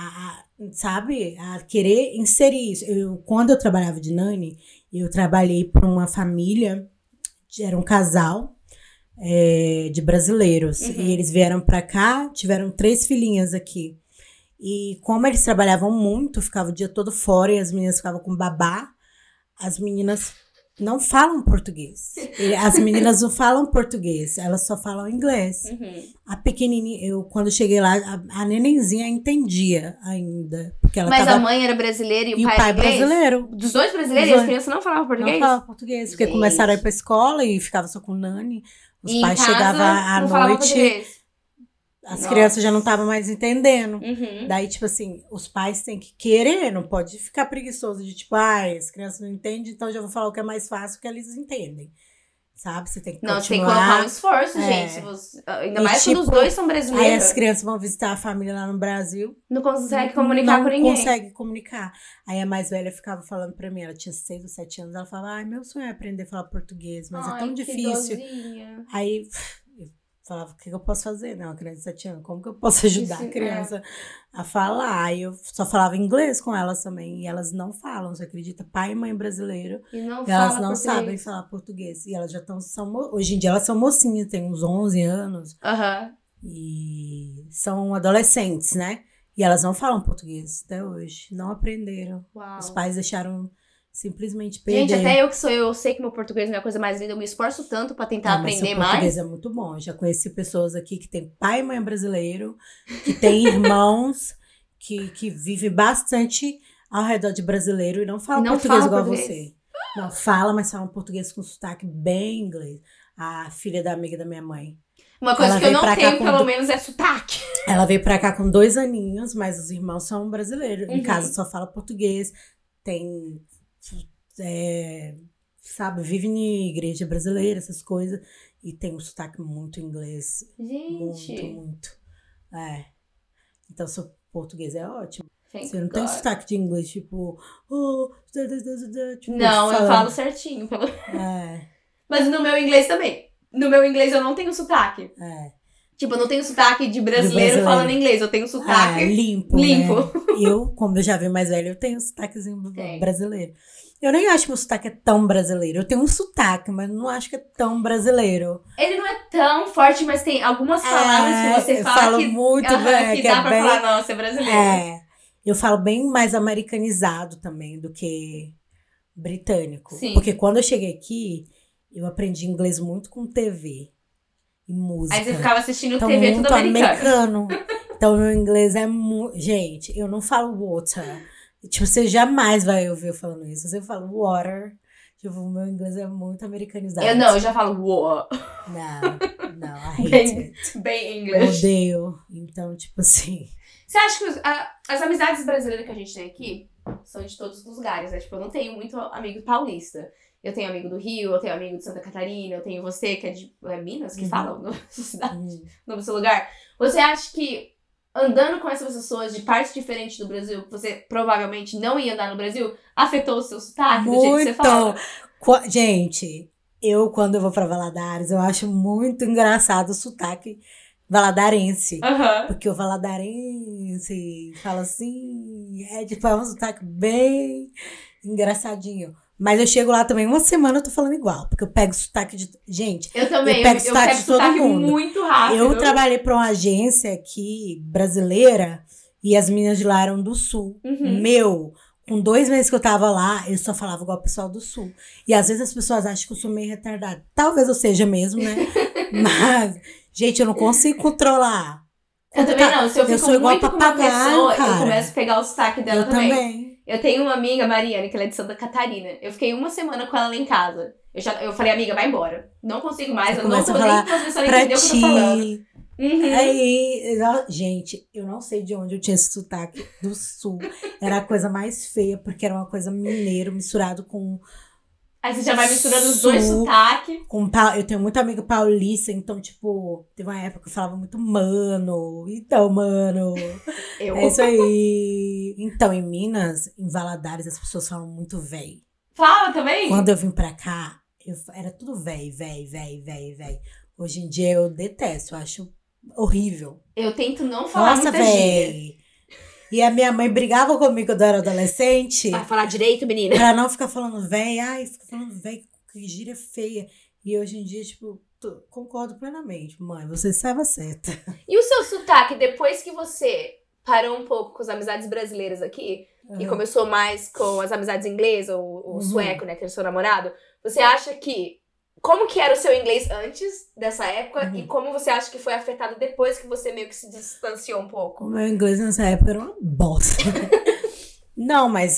sabe? A querer inserir isso. Quando eu trabalhava de nani, eu trabalhei para uma família, era um casal, de brasileiros. E eles vieram pra cá, tiveram 3 filhinhas aqui. E como eles trabalhavam muito, ficavam o dia todo fora e as meninas ficavam com babá, as meninas não falam português. As meninas não falam português, elas só falam inglês. A pequenininha, quando cheguei lá, a nenenzinha entendia ainda. Porque ela Mas a mãe era brasileira e o pai era brasileiro. Dos dois brasileiros e as crianças não falavam português? Não falavam português, porque começaram a ir pra escola e ficavam só com nani. Os pais chegavam à noite, as crianças já não estavam mais entendendo. Daí, tipo assim, os pais têm que querer, não pode ficar preguiçoso de tipo, as crianças não entendem, então já vou falar o que é mais fácil que eles entendem. sabe? Você tem que Não, tem que continuar. colocar um esforço, É. gente. Ainda E, mais quando os tipo, dois são Aí brasileiros. as crianças vão visitar a família lá no Brasil. Não consegue comunicar com ninguém. Não consegue comunicar. Aí a mais velha ficava falando pra mim, ela tinha 6 ou 7 anos, ela falava, ai, meu sonho é aprender a falar português, mas é tão que difícil. dozinha. Aí eu falava, o que eu posso fazer? Não, uma criança de 7 anos, como que eu posso ajudar a criança a falar? Aí eu só falava inglês com elas também, e elas não falam, você acredita? Pai e mãe brasileiro, E não e elas fala não português. sabem falar português. E elas já hoje em dia elas são mocinhas, têm uns 11 anos, Aham. e são adolescentes, né? E elas não falam português até hoje, não aprenderam. Uau. Os pais deixaram simplesmente perder. Gente, até eu sei que meu português não é a coisa mais linda, eu me esforço tanto pra tentar Não, mas aprender seu português mais. é muito bom. Eu já conheci pessoas aqui que têm pai e mãe brasileiro, que têm irmãos que vivem bastante ao redor de brasileiro e não falam Não português fala igual português. você. Não, fala, mas fala um português com sotaque bem inglês. A filha da amiga da minha mãe. Uma coisa Ela que eu veio não pra cá tenho, com pelo menos, é sotaque. Ela veio pra cá com 2 aninhos, mas os irmãos são brasileiros. Em Uhum. casa só fala português. Tem... sabe, vive em igreja brasileira, essas coisas. E tem um sotaque muito inglês. Gente. Muito. É. Então, seu português é ótimo. Thank Você não tem God. sotaque de inglês, tipo... tipo Não, eu falando. falo certinho. É, Mas no meu inglês também. No meu inglês eu não tenho sotaque. é. Tipo, eu não tenho sotaque de brasileiro brasileiro. falando inglês. Eu tenho sotaque Limpo, limpo. né? Eu, como eu já vi mais velho, eu tenho um sotaquezinho Tem. brasileiro. Eu nem acho que meu sotaque é tão brasileiro. Eu tenho um sotaque, mas não acho que é tão brasileiro. Ele não é tão forte, mas tem algumas palavras que você eu fala falo que, muito aham, bem, que que dá é pra bem... falar, nossa, é brasileiro. É, eu falo bem mais americanizado também do que britânico. Sim. Porque quando eu cheguei aqui, eu aprendi inglês muito com TV e música. Aí você ficava assistindo Então, TV muito tudo americano. Então, meu inglês é muito... Gente, eu não falo water. Tipo, você jamais vai ouvir eu falando isso. Se eu falo water, tipo, o meu inglês é muito americanizado. Eu já falo uou. Não, I hate Bem, it. bem inglês. Odeio. Então, tipo assim... Você acha que as amizades brasileiras que a gente tem aqui são de todos os lugares, né? Tipo, eu não tenho muito amigo paulista. Eu tenho amigo do Rio, eu tenho amigo de Santa Catarina, eu tenho você, que é de Minas, que fala na sua cidade, no seu lugar. Você acha que andando com essas pessoas de partes diferentes do Brasil, que você provavelmente não ia andar no Brasil, afetou o seu sotaque, do jeito que você fala? Gente, quando eu vou pra Valadares, eu acho muito engraçado o sotaque valadarense. Aham. Porque o valadarense fala assim, é um sotaque bem engraçadinho. Mas eu chego lá também, uma semana eu tô falando igual, porque eu pego sotaque de... Gente, Eu também, eu pego eu sotaque pego de todo sotaque mundo. muito rápido. Eu trabalhei pra uma agência aqui, brasileira, e as meninas de lá eram do Sul. Uhum. Com 2 meses que eu tava lá, eu só falava igual o pessoal do Sul. E às vezes as pessoas acham que eu sou meio retardada. Talvez eu seja mesmo, né? Mas, gente, eu não consigo controlar. Eu também não, se eu fico sou igual muito com uma papagaio, pessoa, cara. eu começo a pegar o sotaque dela Eu também. Eu tenho uma amiga, Mariane, que ela é de Santa Catarina. Eu fiquei uma semana com ela lá em casa. Eu falei, amiga, vai embora. Não consigo mais, Você eu não tô começa a nem falar com as pessoas pra entender o que eu tô falando. ti. Uhum. Aí, gente, eu não sei de onde eu tinha esse sotaque do Sul. Era a coisa mais feia, porque era uma coisa mineiro misturado com... Aí você já vai misturando os dois Sul, sotaques. Eu tenho muito amigo paulista, então, tipo, teve uma época que eu falava muito mano. Então, mano. É isso aí. Então, em Minas, em Valadares, as pessoas falam muito véi. Fala também? Quando eu vim pra cá, era tudo véi. Hoje em dia eu detesto, eu acho horrível. Eu tento não falar Nossa, muita gíria. véi. E a minha mãe brigava comigo quando eu era adolescente. Vai falar direito, menina. Pra não ficar falando véi. Ai, fica falando véi, que gíria feia. E hoje em dia, tipo, concordo plenamente. Mãe, você estava certa. E o seu sotaque, depois que você parou um pouco com as amizades brasileiras aqui, e começou mais com as amizades inglesas, ou sueco, né, que é o seu namorado, você acha que... Como que era o seu inglês antes dessa época e como você acha que foi afetado depois que você meio que se distanciou um pouco? O meu inglês nessa época era uma bosta. Não, mas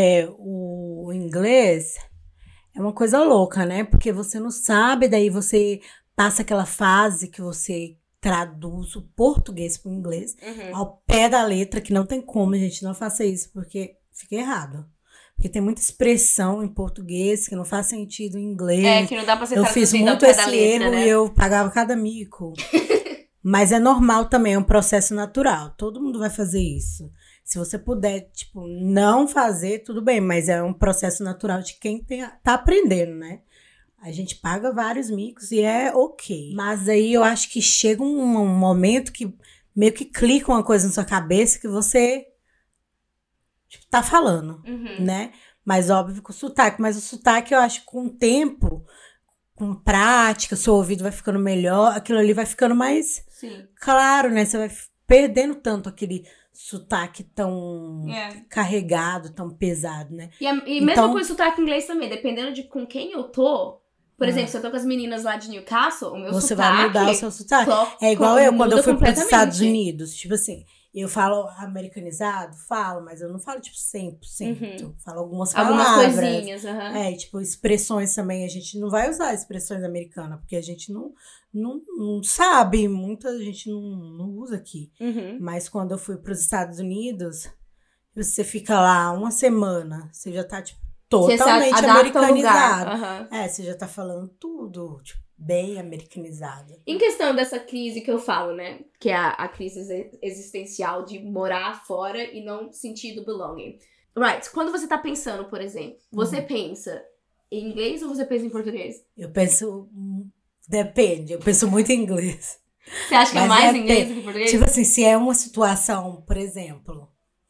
o inglês é uma coisa louca, né? Porque você não sabe, daí você passa aquela fase que você traduz o português para o inglês ao pé da letra, que não tem como, gente, não faça isso, porque fica errado. Porque tem muita expressão em português que não faz sentido em inglês. Que não dá pra ser Eu fiz traduzido ao muito pé da esse letra, erro né? e eu pagava cada mico. Mas é normal também, é um processo natural. Todo mundo vai fazer isso. Se você puder, tipo, não fazer, tudo bem. Mas é um processo natural de quem tá aprendendo, né? A gente paga vários micos e é ok. Mas aí eu acho que chega um momento que meio que clica uma coisa na sua cabeça que você tipo, tá falando, né? Mas óbvio com o sotaque. Mas o sotaque eu acho que com o tempo, com prática, seu ouvido vai ficando melhor, aquilo ali vai ficando mais claro, né? Você vai perdendo tanto aquele sotaque tão carregado, tão pesado, né? E mesmo com o sotaque inglês também, dependendo de com quem eu tô. Por exemplo, se eu tô com as meninas lá de Newcastle, o meu você sotaque... vai mudar o seu sotaque. É igual eu, quando eu fui para os Estados Unidos. Tipo assim, eu falo americanizado? Falo, mas eu não falo, tipo, 100%. Falo algumas palavras. Algumas coisinhas, tipo, expressões também. A gente não vai usar expressões americanas, porque a gente não sabe. Muita gente não usa aqui. Mas quando eu fui para os Estados Unidos, você fica lá uma semana, você já tá, tipo, totalmente americanizado. Você já tá falando tudo, tipo, bem americanizado. Em questão dessa crise que eu falo, né? Que é a crise existencial de morar fora e não sentir do belonging. Right. Quando você tá pensando, por exemplo, você pensa em inglês ou você pensa em português? Eu penso... Depende. Eu penso muito em inglês. Você acha que é mais inglês do que português? Tipo assim, se é uma situação, por exemplo...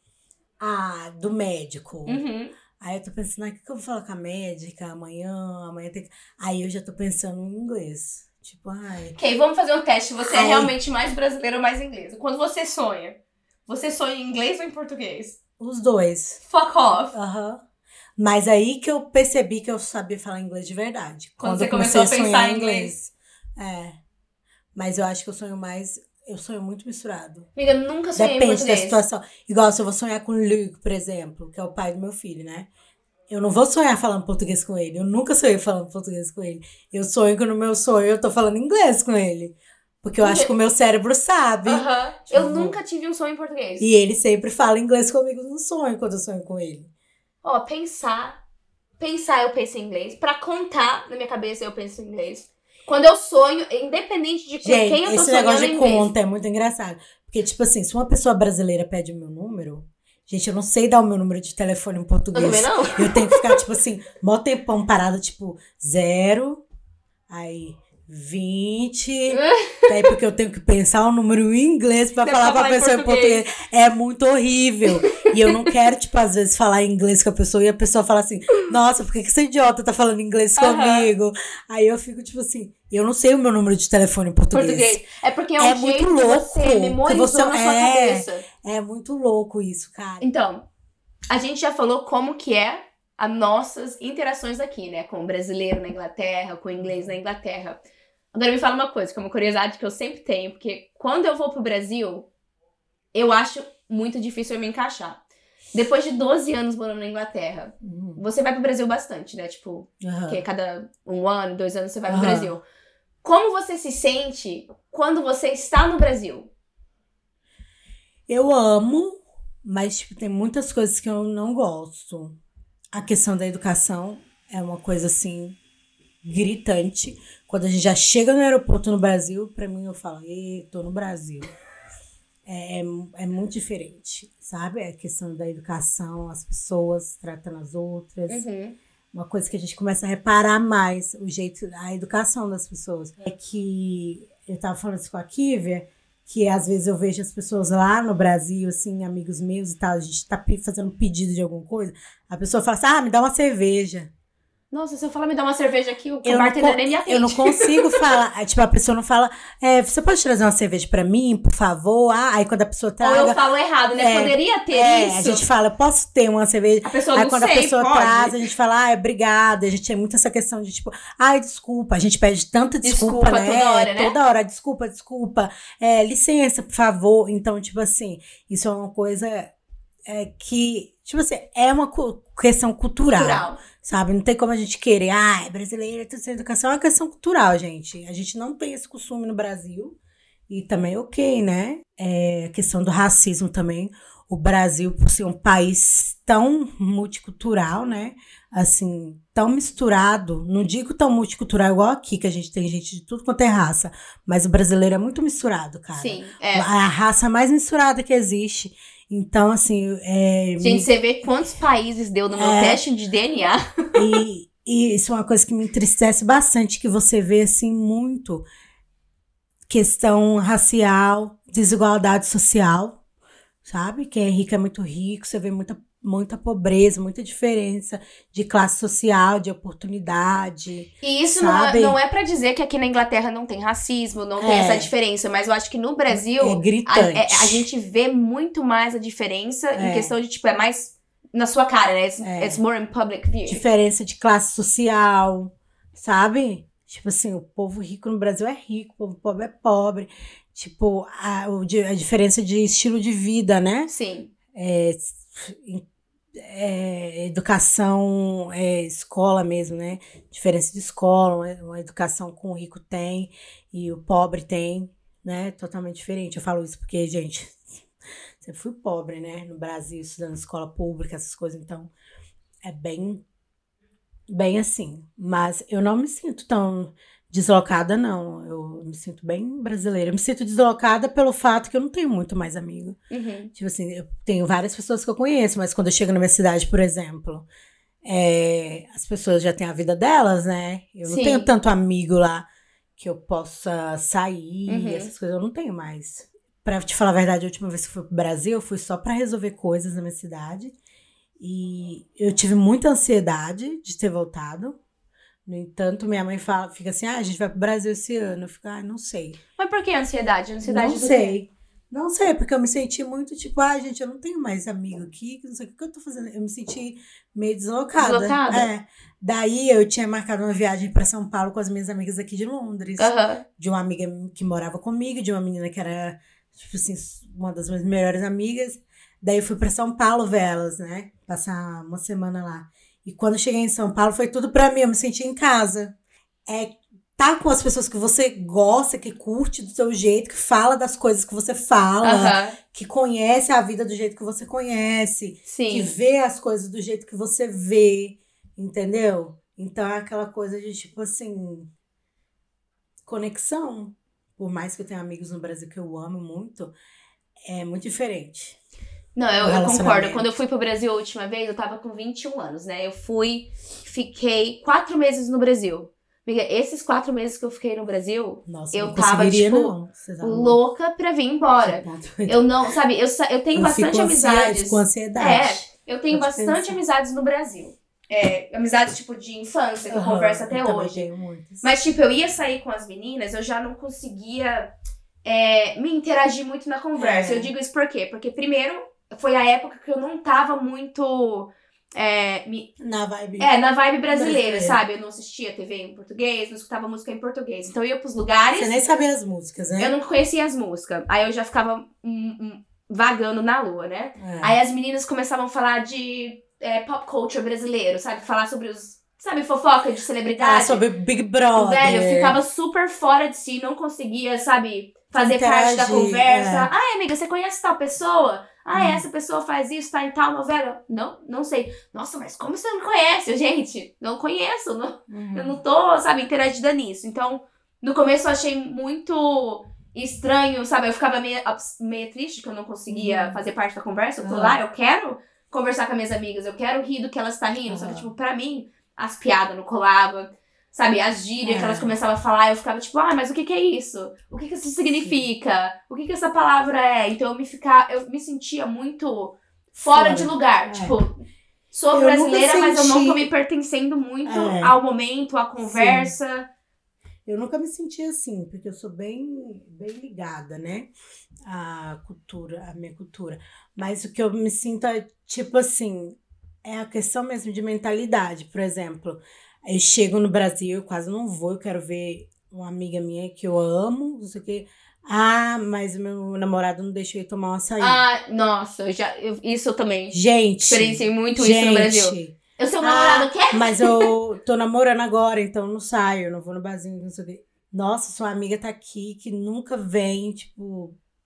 do médico... Aí eu tô pensando, o que eu vou falar com a médica amanhã tem que... Aí eu já tô pensando em inglês. Tipo, Ok, vamos fazer um teste. Você é realmente mais brasileiro ou mais inglês? Quando você sonha em inglês ou em português? Os dois. Fuck off. Mas aí que eu percebi que eu sabia falar inglês de verdade. Quando você começou a pensar em inglês. Mas eu acho que eu sonho muito misturado. Amiga, nunca sonhei em português. Depende da situação. Igual se eu vou sonhar com o Luke, por exemplo, que é o pai do meu filho, né? Eu não vou sonhar falando português com ele. Eu nunca sonhei falando português com ele. Eu sonho que no meu sonho eu tô falando inglês com ele. Porque eu acho que o meu cérebro sabe. Tipo, eu nunca tive um sonho em português. E ele sempre fala inglês comigo no sonho, quando eu sonho com ele. Pensar eu penso em inglês. Pra contar na minha cabeça eu penso em inglês. Quando eu sonho, independente de quem eu tô sonhando, esse negócio de conta é muito engraçado. Porque, tipo assim, se uma pessoa brasileira pede o meu número... Gente, eu não sei dar o meu número de telefone em português. Eu também não. Eu tenho que ficar, tipo assim, mó tempão parada, tipo, 0, aí 20... Daí porque eu tenho que pensar o número em inglês pra falar pra pessoa em português. É muito horrível. E eu não quero, tipo, às vezes falar inglês com a pessoa e a pessoa fala assim, nossa, por que esse idiota tá falando inglês comigo? Aí eu fico, tipo assim, eu não sei o meu número de telefone em português. É porque é um jeito que você memorizou na sua cabeça. É muito louco isso, cara. Então, a gente já falou como que é as nossas interações aqui, né? Com o brasileiro na Inglaterra, com o inglês na Inglaterra. Agora me fala uma coisa, que é uma curiosidade que eu sempre tenho, porque quando eu vou pro Brasil, eu acho muito difícil eu me encaixar. Depois de 12 anos morando na Inglaterra, você vai pro Brasil bastante, né? Tipo, que cada 1 ano, 2 anos você vai pro Brasil. Como você se sente quando você está no Brasil? Eu amo, mas tipo, tem muitas coisas que eu não gosto. A questão da educação é uma coisa, assim, gritante. Quando a gente já chega no aeroporto no Brasil, pra mim eu falo, tô no Brasil. É muito diferente, sabe? A questão da educação, as pessoas tratando as outras. Uma coisa que a gente começa a reparar mais, a educação das pessoas. É que, eu tava falando isso com a Kívia, que às vezes eu vejo as pessoas lá no Brasil, assim, amigos meus e tal, a gente tá fazendo pedido de alguma coisa, a pessoa fala assim, me dá uma cerveja. Nossa, se eu falar me dá uma cerveja aqui, o bartender nem me atende. Eu não consigo falar. Tipo, a pessoa não fala, você pode trazer uma cerveja pra mim, por favor? Aí quando a pessoa traga... Ou eu falo errado, né? Poderia ter isso. A gente fala, posso ter uma cerveja? A pessoa aí não quando sei, a pessoa pode. traz, a gente fala, obrigada. A gente tem muito essa questão de tipo, desculpa. A gente pede tanta desculpa, né? Toda hora, né? Toda hora, desculpa. Licença, por favor. Então, tipo assim, isso é uma coisa que, tipo assim, é uma questão cultural. Sabe? Não tem como a gente querer, brasileiro, tudo sem educação. É uma questão cultural, gente. A gente não tem esse costume no Brasil. E também ok, né? A questão do racismo também. o Brasil, por ser um país tão multicultural, né? Assim, tão misturado. Não digo tão multicultural igual aqui, que a gente tem gente de tudo quanto é raça. Mas o brasileiro é muito misturado, cara. Sim, A raça mais misturada que existe. Então, assim... Gente, você vê quantos países deu no meu teste de DNA. E isso é uma coisa que me entristece bastante, que você vê, assim, muito questão racial, desigualdade social, sabe? Quem é rico é muito rico, você vê muita pobreza, muita diferença de classe social, de oportunidade. E isso sabe? não é pra dizer que aqui na Inglaterra não tem racismo, não tem essa diferença, mas eu acho que no Brasil é gritante. A gente vê muito mais a diferença em questão de, tipo, é mais na sua cara, né? It's more in public view. Diferença de classe social, sabe? Tipo assim, o povo rico no Brasil é rico, o povo pobre é pobre. Tipo, a diferença de estilo de vida, né? Sim. Educação, escola mesmo, né? Diferença de escola, uma educação que o rico tem e o pobre tem, né? Totalmente diferente. Eu falo isso porque, gente, sempre fui pobre, né? No Brasil, estudando escola pública, essas coisas, então é bem assim. Mas eu não me sinto tão deslocada, não. Eu me sinto bem brasileira. Eu me sinto deslocada pelo fato que eu não tenho muito mais amigo. Uhum. Tipo assim, eu tenho várias pessoas que eu conheço, mas quando eu chego na minha cidade, por exemplo, as pessoas já têm a vida delas, né? Eu não tenho tanto amigo lá que eu possa sair, essas coisas eu não tenho mais. Pra te falar a verdade, a última vez que eu fui pro Brasil, eu fui só pra resolver coisas na minha cidade. E eu tive muita ansiedade de ter voltado. No entanto, minha mãe fica assim, a gente vai pro Brasil esse ano. Eu fico, não sei. Mas por que ansiedade? Ansiedade não sei. Não sei, porque eu me senti muito tipo, gente, eu não tenho mais amigo aqui, não sei o que eu tô fazendo. Eu me senti meio deslocada. Deslocada? Daí eu tinha marcado uma viagem pra São Paulo com as minhas amigas aqui de Londres. De uma amiga que morava comigo, de uma menina que era, tipo assim, uma das minhas melhores amigas. Daí eu fui pra São Paulo ver elas, né? Passar uma semana lá. E quando eu cheguei em São Paulo, foi tudo pra mim. Eu me senti em casa. Tá com as pessoas que você gosta, que curte do seu jeito, que fala das coisas que você fala, que conhece a vida do jeito que você conhece, que vê as coisas do jeito que você vê, entendeu? Então é aquela coisa de, tipo assim, conexão. Por mais que eu tenha amigos no Brasil que eu amo muito, é muito diferente. Não, eu concordo. Quando eu fui pro Brasil a última vez, eu tava com 21 anos, né? Fiquei 4 meses no Brasil. Amiga, esses 4 meses que eu fiquei no Brasil, nossa, eu tava, tipo, louca pra vir embora. Eu não, sabe, eu tenho bastante amizades. Com ansiedade. Eu tenho bastante amizades no Brasil. Amizades, tipo, de infância, que eu converso até hoje. Tenho muitas. Mas, tipo, eu ia sair com as meninas, eu já não conseguia me interagir muito na conversa. Eu digo isso por quê? Porque, primeiro, foi a época que eu não tava muito... na vibe brasileira, sabe? Eu não assistia TV em português, não escutava música em português. Então eu ia pros lugares... Você nem sabia as músicas, né? Eu não conhecia as músicas. Aí eu já ficava vagando na lua, né? Aí as meninas começavam a falar de pop culture brasileiro, sabe? Falar sobre fofoca de celebridade. Sobre Big Brother. Velho, eu ficava super fora de si, não conseguia, sabe? Fazer parte da conversa. Amiga, você conhece tal pessoa? Essa pessoa faz isso, tá em tal novela? Não sei. Nossa, mas como você não conhece? Gente, não conheço. Eu não tô, sabe, interagida nisso. Então, no começo eu achei muito estranho, sabe? Eu ficava meio triste que eu não conseguia fazer parte da conversa. Eu tô lá, eu quero conversar com as minhas amigas, eu quero rir do que elas estão rindo. Só que, tipo, pra mim, as piadas não colavam. Sabe, as gírias que elas começavam a falar, eu ficava tipo, mas o que é isso? O que isso significa? O que essa palavra é? Então eu me sentia muito fora de lugar. Tipo, sou brasileira, mas eu não tô me pertencendo muito ao momento, à conversa. Sim. Eu nunca me senti assim, porque eu sou bem ligada, né? À minha cultura. Mas o que eu me sinto é, tipo assim, é a questão mesmo de mentalidade. Por exemplo... Eu chego no Brasil, eu quase não vou, eu quero ver uma amiga minha que eu amo, não sei o quê. Mas o meu namorado não deixou eu tomar um açaí. Nossa, isso eu também. Gente. Experienciei muito isso no Brasil. Eu seu namorado quer? Mas eu tô namorando agora, então não saio, eu não vou no barzinho, não sei o quê. Nossa, sua amiga tá aqui, que nunca vem, tipo...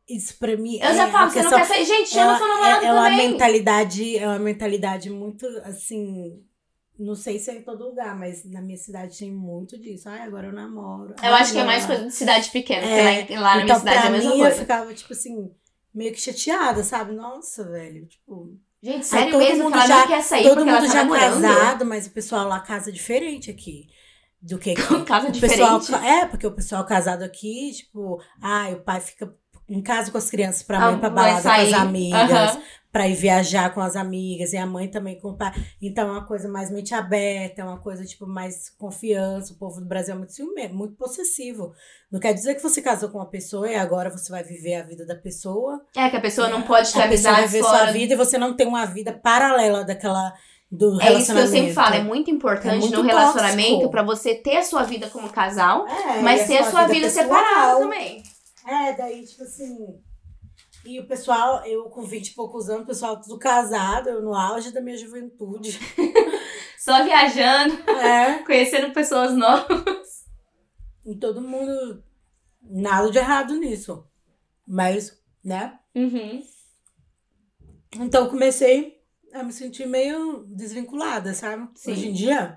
isso pra mim Eu já falo, você não quer sair. Gente, chama seu namorado também. É uma mentalidade muito, assim... Não sei se é em todo lugar, mas na minha cidade tem muito disso. Ai, agora eu namoro. Eu acho que é mais coisa de cidade pequena, porque lá na minha cidade é a mesma coisa. Eu ficava, tipo assim, meio que chateada, sabe? Nossa, velho, tipo... Gente, sério mesmo que ela não quer sair porque ela tá namorando? Casado, mas o pessoal lá casa diferente aqui. Do que aqui. Casa diferente? Porque o pessoal casado aqui, tipo... o pai fica em casa com as crianças pra mãe, pra balada com as amigas. Pra ir viajar com as amigas, e a mãe também com o pai. Então é uma coisa mais mente aberta, é uma coisa, tipo, mais confiança. O povo do Brasil é muito ciumento, muito possessivo. Não quer dizer que você casou com uma pessoa e agora você vai viver a vida da pessoa. É, que a pessoa não pode ter amizade fora. Vai viver sua vida e você não tem uma vida paralela daquela... Do relacionamento. É isso que eu sempre falo, é muito importante no relacionamento pra você ter a sua vida como casal, mas ter a sua vida separada também. Daí, tipo assim... E o pessoal, eu com 20 e poucos anos, o pessoal tudo casado, eu no auge da minha juventude. Só viajando, conhecendo pessoas novas. E todo mundo, nada de errado nisso. Mas, né? Uhum. Então eu comecei a me sentir meio desvinculada, sabe? Sim. Hoje em dia,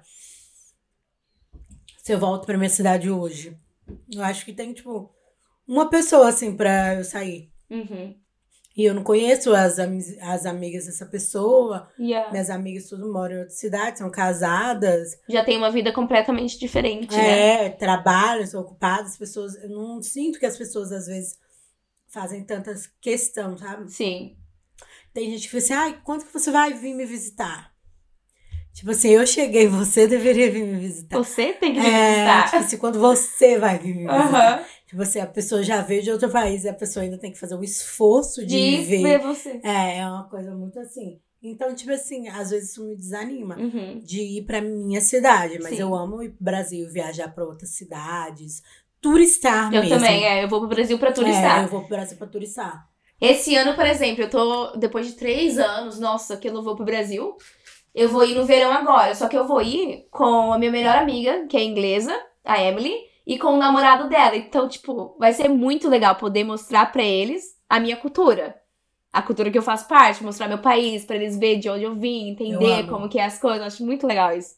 se eu volto pra minha cidade hoje, eu acho que tem, tipo, uma pessoa, assim, pra eu sair. Uhum. E eu não conheço as amigas dessa pessoa. Minhas amigas tudo moram em outra cidade, são casadas. Já tem uma vida completamente diferente, né? Trabalham, são ocupadas. As pessoas... Eu não sinto que as pessoas, às vezes, fazem tantas questões, sabe? Sim. Tem gente que fala assim, quando que você vai vir me visitar? Tipo assim, eu cheguei, você deveria vir me visitar. Você tem que vir me visitar. Tipo assim, quando você vai vir me visitar. Tipo assim, a pessoa já veio de outro país e a pessoa ainda tem que fazer um esforço de ver você. É uma coisa muito assim. Então, tipo assim, às vezes isso me desanima de ir pra minha cidade. Mas eu amo ir pro Brasil, viajar pra outras cidades, turistar mesmo. Eu também, eu vou pro Brasil pra turistar. Eu vou pro Brasil pra turistar. Esse ano, por exemplo, eu tô, depois de 3 anos, nossa, que eu não vou pro Brasil... Eu vou ir no verão agora, só que eu vou ir com a minha melhor amiga, que é inglesa, a Emily, e com o namorado dela. Então, tipo, vai ser muito legal poder mostrar pra eles a minha cultura. A cultura que eu faço parte, mostrar meu país, pra eles verem de onde eu vim, entender como que é as coisas. Eu acho muito legal isso.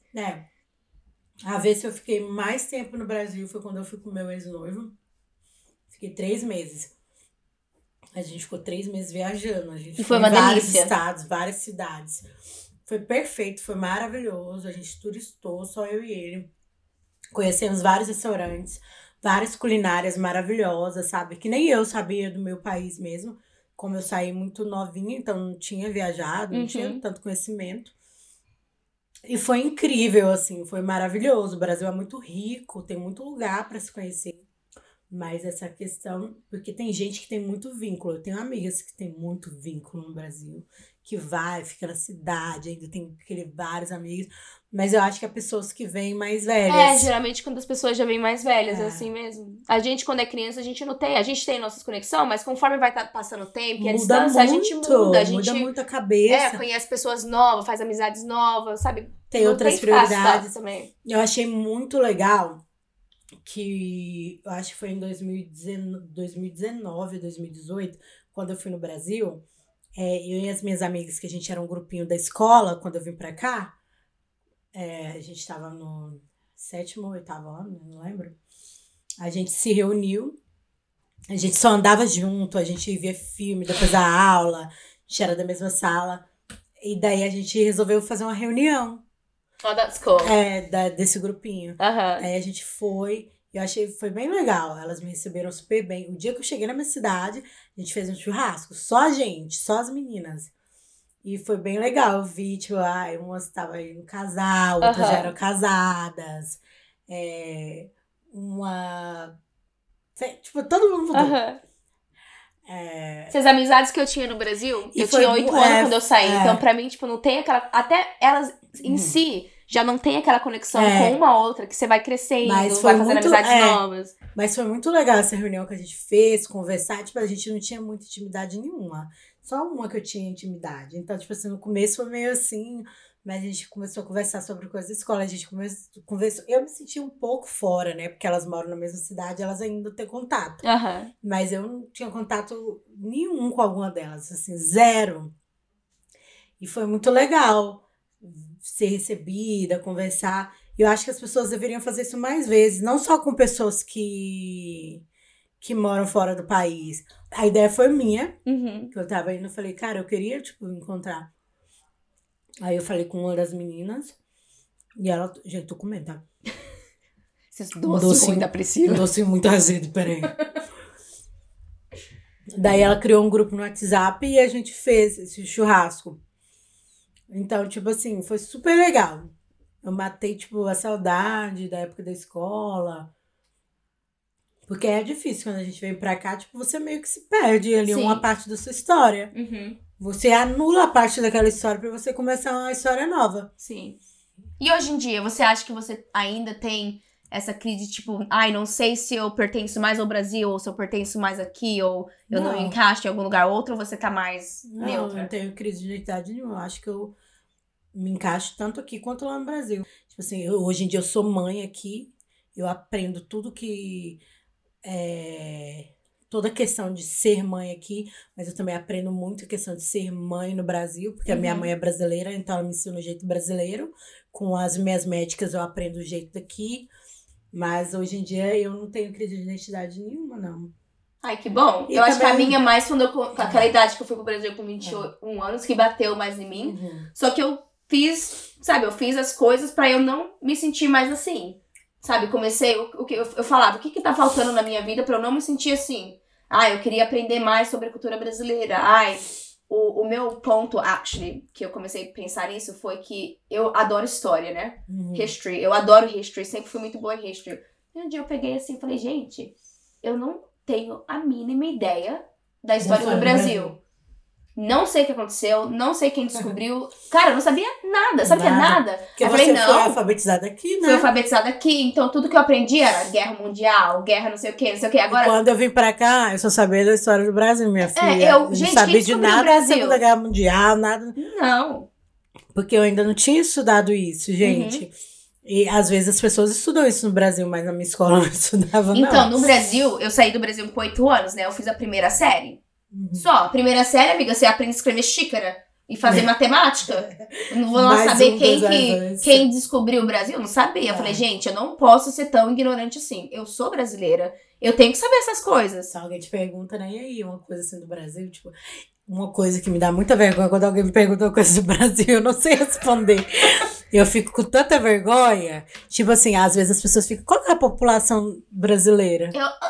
A vez que eu fiquei mais tempo no Brasil foi quando eu fui com meu ex-noivo. Fiquei 3 meses. A gente ficou 3 meses viajando. A gente foi uma vários delícia. estados, várias cidades. Foi perfeito, foi maravilhoso. A gente turistou, só eu e ele. Conhecemos vários restaurantes, várias culinárias maravilhosas, sabe? Que nem eu sabia do meu país mesmo. Como eu saí muito novinha, então não tinha viajado, não tinha tanto conhecimento. E foi incrível, assim, foi maravilhoso. O Brasil é muito rico, tem muito lugar para se conhecer. Mas essa questão... Porque tem gente que tem muito vínculo. Eu tenho amigas que têm muito vínculo no Brasil. Que vai, fica na cidade, ainda tem vários amigos. Mas eu acho que é pessoas que vêm mais velhas. Geralmente quando as pessoas já vêm mais velhas, é assim mesmo. A gente, quando é criança, a gente não tem. A gente tem nossas conexões, mas conforme vai passando o tempo e a distância, a gente muda. A gente muda muito a cabeça. Conhece pessoas novas, faz amizades novas, sabe? Tem não outras tem prioridades também. Eu achei muito legal que... Eu acho que foi em 2019, 2018, quando eu fui no Brasil... eu e as minhas amigas, que a gente era um grupinho da escola, quando eu vim pra cá, a gente tava no 7º ou 8º ano, não lembro. A gente se reuniu, a gente só andava junto, a gente via filme depois da aula, a gente era da mesma sala. E daí a gente resolveu fazer uma reunião. That's cool. Desse grupinho. Aí a gente foi... Eu achei que foi bem legal. Elas me receberam super bem. O dia que eu cheguei na minha cidade, a gente fez um churrasco. Só a gente, só as meninas. E foi bem legal. Eu vi, tipo, umas estavam aí no casal, outras já eram casadas. Tipo, todo mundo mudou. Essas amizades que eu tinha no Brasil, eu tinha 8 anos quando eu saí. Então, pra mim, tipo, não tem aquela... Até elas em si... Já não tem aquela conexão com uma outra, que você vai crescendo, vai fazendo amizades novas. Mas foi muito legal essa reunião que a gente fez, conversar. Tipo, a gente não tinha muita intimidade nenhuma. Só uma que eu tinha intimidade. Então, tipo assim, no começo foi meio assim, Mas a gente começou a conversar sobre coisas da escola. A gente conversou. Eu me senti um pouco fora, né? Porque elas moram na mesma cidade, elas ainda têm contato. Mas eu não tinha contato nenhum com alguma delas, assim, zero. E foi muito legal ser recebida, conversar. Eu acho que as pessoas deveriam fazer isso mais vezes, não só com pessoas que moram fora do país. A ideia foi minha, que eu tava indo, eu falei, cara, eu queria, tipo, encontrar. Aí eu falei com uma das meninas, e ela, gente, tô comendo, tá? Esses doces ruins da Priscila. Doce muito azedo, peraí. Daí ela criou um grupo no WhatsApp e a gente fez esse churrasco. Então, tipo assim, foi super legal. Eu matei, tipo, a saudade da época da escola. Porque é difícil quando a gente vem pra cá, tipo, você meio que se perde ali uma parte da sua história. Você anula a parte daquela história pra você começar uma história nova. Sim. E hoje em dia, você acha que você ainda tem essa crise, tipo, ai, não sei se eu pertenço mais ao Brasil, ou se eu pertenço mais aqui, ou eu não encaixo em algum lugar ou outro, ou você tá mais neutra? Eu não tenho crise de identidade nenhuma. Eu acho que eu me encaixo tanto aqui quanto lá no Brasil. Tipo assim, hoje em dia eu sou mãe aqui, eu aprendo tudo que... toda a questão de ser mãe aqui, mas eu também aprendo muito a questão de ser mãe no Brasil, porque a minha mãe é brasileira, então ela me ensina o jeito brasileiro. Com as minhas médicas eu aprendo o jeito daqui, mas hoje em dia eu não tenho crise de identidade nenhuma, não. Ai, que bom. Eu acho que a minha mais quando com aquela idade que eu fui pro Brasil com 21 anos, que bateu mais em mim. Só que eu fiz, sabe, eu fiz as coisas pra eu não me sentir mais assim. Sabe, comecei, eu falava, o que tá faltando na minha vida pra eu não me sentir assim? Eu queria aprender mais sobre a cultura brasileira. O meu ponto, actually, que eu comecei a pensar nisso foi que eu adoro história, né? History, eu adoro history, sempre fui muito boa em history. E um dia eu peguei assim e falei, gente, eu não tenho a mínima ideia da história do Brasil. Não sei o que aconteceu, não sei quem descobriu. Cara, eu não sabia nada, sabia nada. Porque você foi alfabetizada aqui, né? Fui alfabetizada aqui, então tudo que eu aprendi era guerra mundial, guerra não sei o que. Agora... E quando eu vim pra cá, eu só sabia da história do Brasil, minha filha. Eu não sabia de nada da Segunda Guerra Mundial, nada. Não. Porque eu ainda não tinha estudado isso, gente. E às vezes as pessoas estudam isso no Brasil, mas na minha escola não estudava, não. Então, no Brasil, eu saí do Brasil com 8 anos, né? Eu fiz a primeira série. Só, a primeira série, amiga, você aprende a escrever xícara e fazer matemática. Eu não vou lá saber quem descobriu o Brasil. Eu não sabia. Eu falei, gente, eu não posso ser tão ignorante assim. Eu sou brasileira. Eu tenho que saber essas coisas. Se alguém te pergunta, né? E aí, uma coisa assim do Brasil, tipo... Uma coisa que me dá muita vergonha quando alguém me pergunta uma coisa do Brasil, eu não sei responder. Eu fico com tanta vergonha. Tipo assim, às vezes as pessoas ficam... Qual é a população brasileira?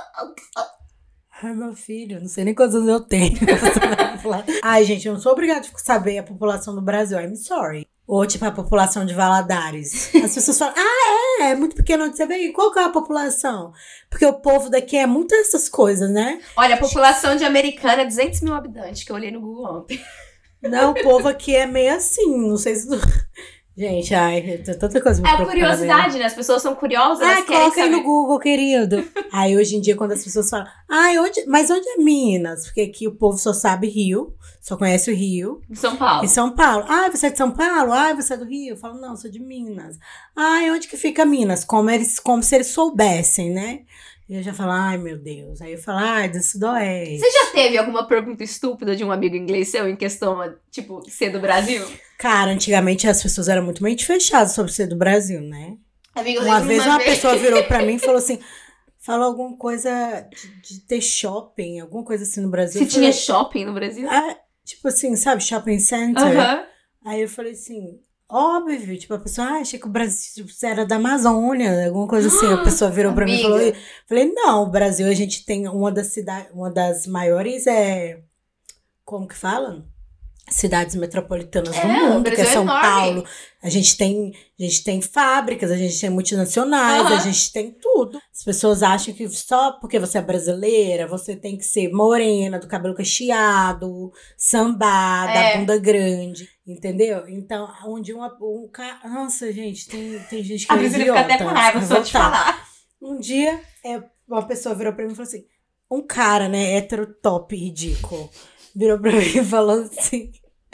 Ai, meu filho, não sei nem quantos anos eu tenho. Ai, gente, eu não sou obrigada a saber a população do Brasil. I'm sorry. Ou, tipo, a população de Valadares. As pessoas falam, é muito pequeno onde você veio. Qual que é a população? Porque o povo daqui é muito essas coisas, né? Olha, a população de Americana é 200 mil habitantes, que eu olhei no Google ontem. Não, o povo aqui é meio assim, não sei se... Gente, tem tanta coisa pra procurar. É a curiosidade, né? As pessoas são curiosas, elas querem coloca aí no Google, querido. Aí, hoje em dia, quando as pessoas falam... Mas onde é Minas? Porque aqui o povo só sabe Rio, só conhece o Rio. São Paulo. E São Paulo. Você é de São Paulo? Você é do Rio? Eu falo, não, sou de Minas. Onde que fica Minas? Como se eles soubessem, né? E eu já falo, ai, meu Deus. Aí eu falo, do Sudoeste. Você já teve alguma pergunta estúpida de um amigo inglês seu em questão, tipo, ser do Brasil? Cara, antigamente as pessoas eram muito mente fechadas sobre ser do Brasil, né? Amigo, uma vez uma pessoa virou pra mim e falou assim, falou alguma coisa de ter shopping, alguma coisa assim no Brasil. Se tinha shopping no Brasil? Tipo assim, sabe, shopping center? Aí eu falei assim... Óbvio, tipo, a pessoa acha que o Brasil era da Amazônia, alguma coisa assim. A pessoa virou pra mim e falou... Falei, não, o Brasil, a gente tem uma das maiores, como que fala? Cidades metropolitanas do mundo, que é São Paulo. A gente tem fábricas, a gente tem multinacionais, a gente tem tudo. As pessoas acham que só porque você é brasileira, você tem que ser morena, do cabelo cacheado, sambada, bunda grande, entendeu? Então, onde um cara... Nossa, gente, tem gente que é idiota. Fica até com raiva só de falar. Um dia, uma pessoa virou pra mim e falou assim, um cara, né, hétero top, ridículo, virou pra mim e falou assim,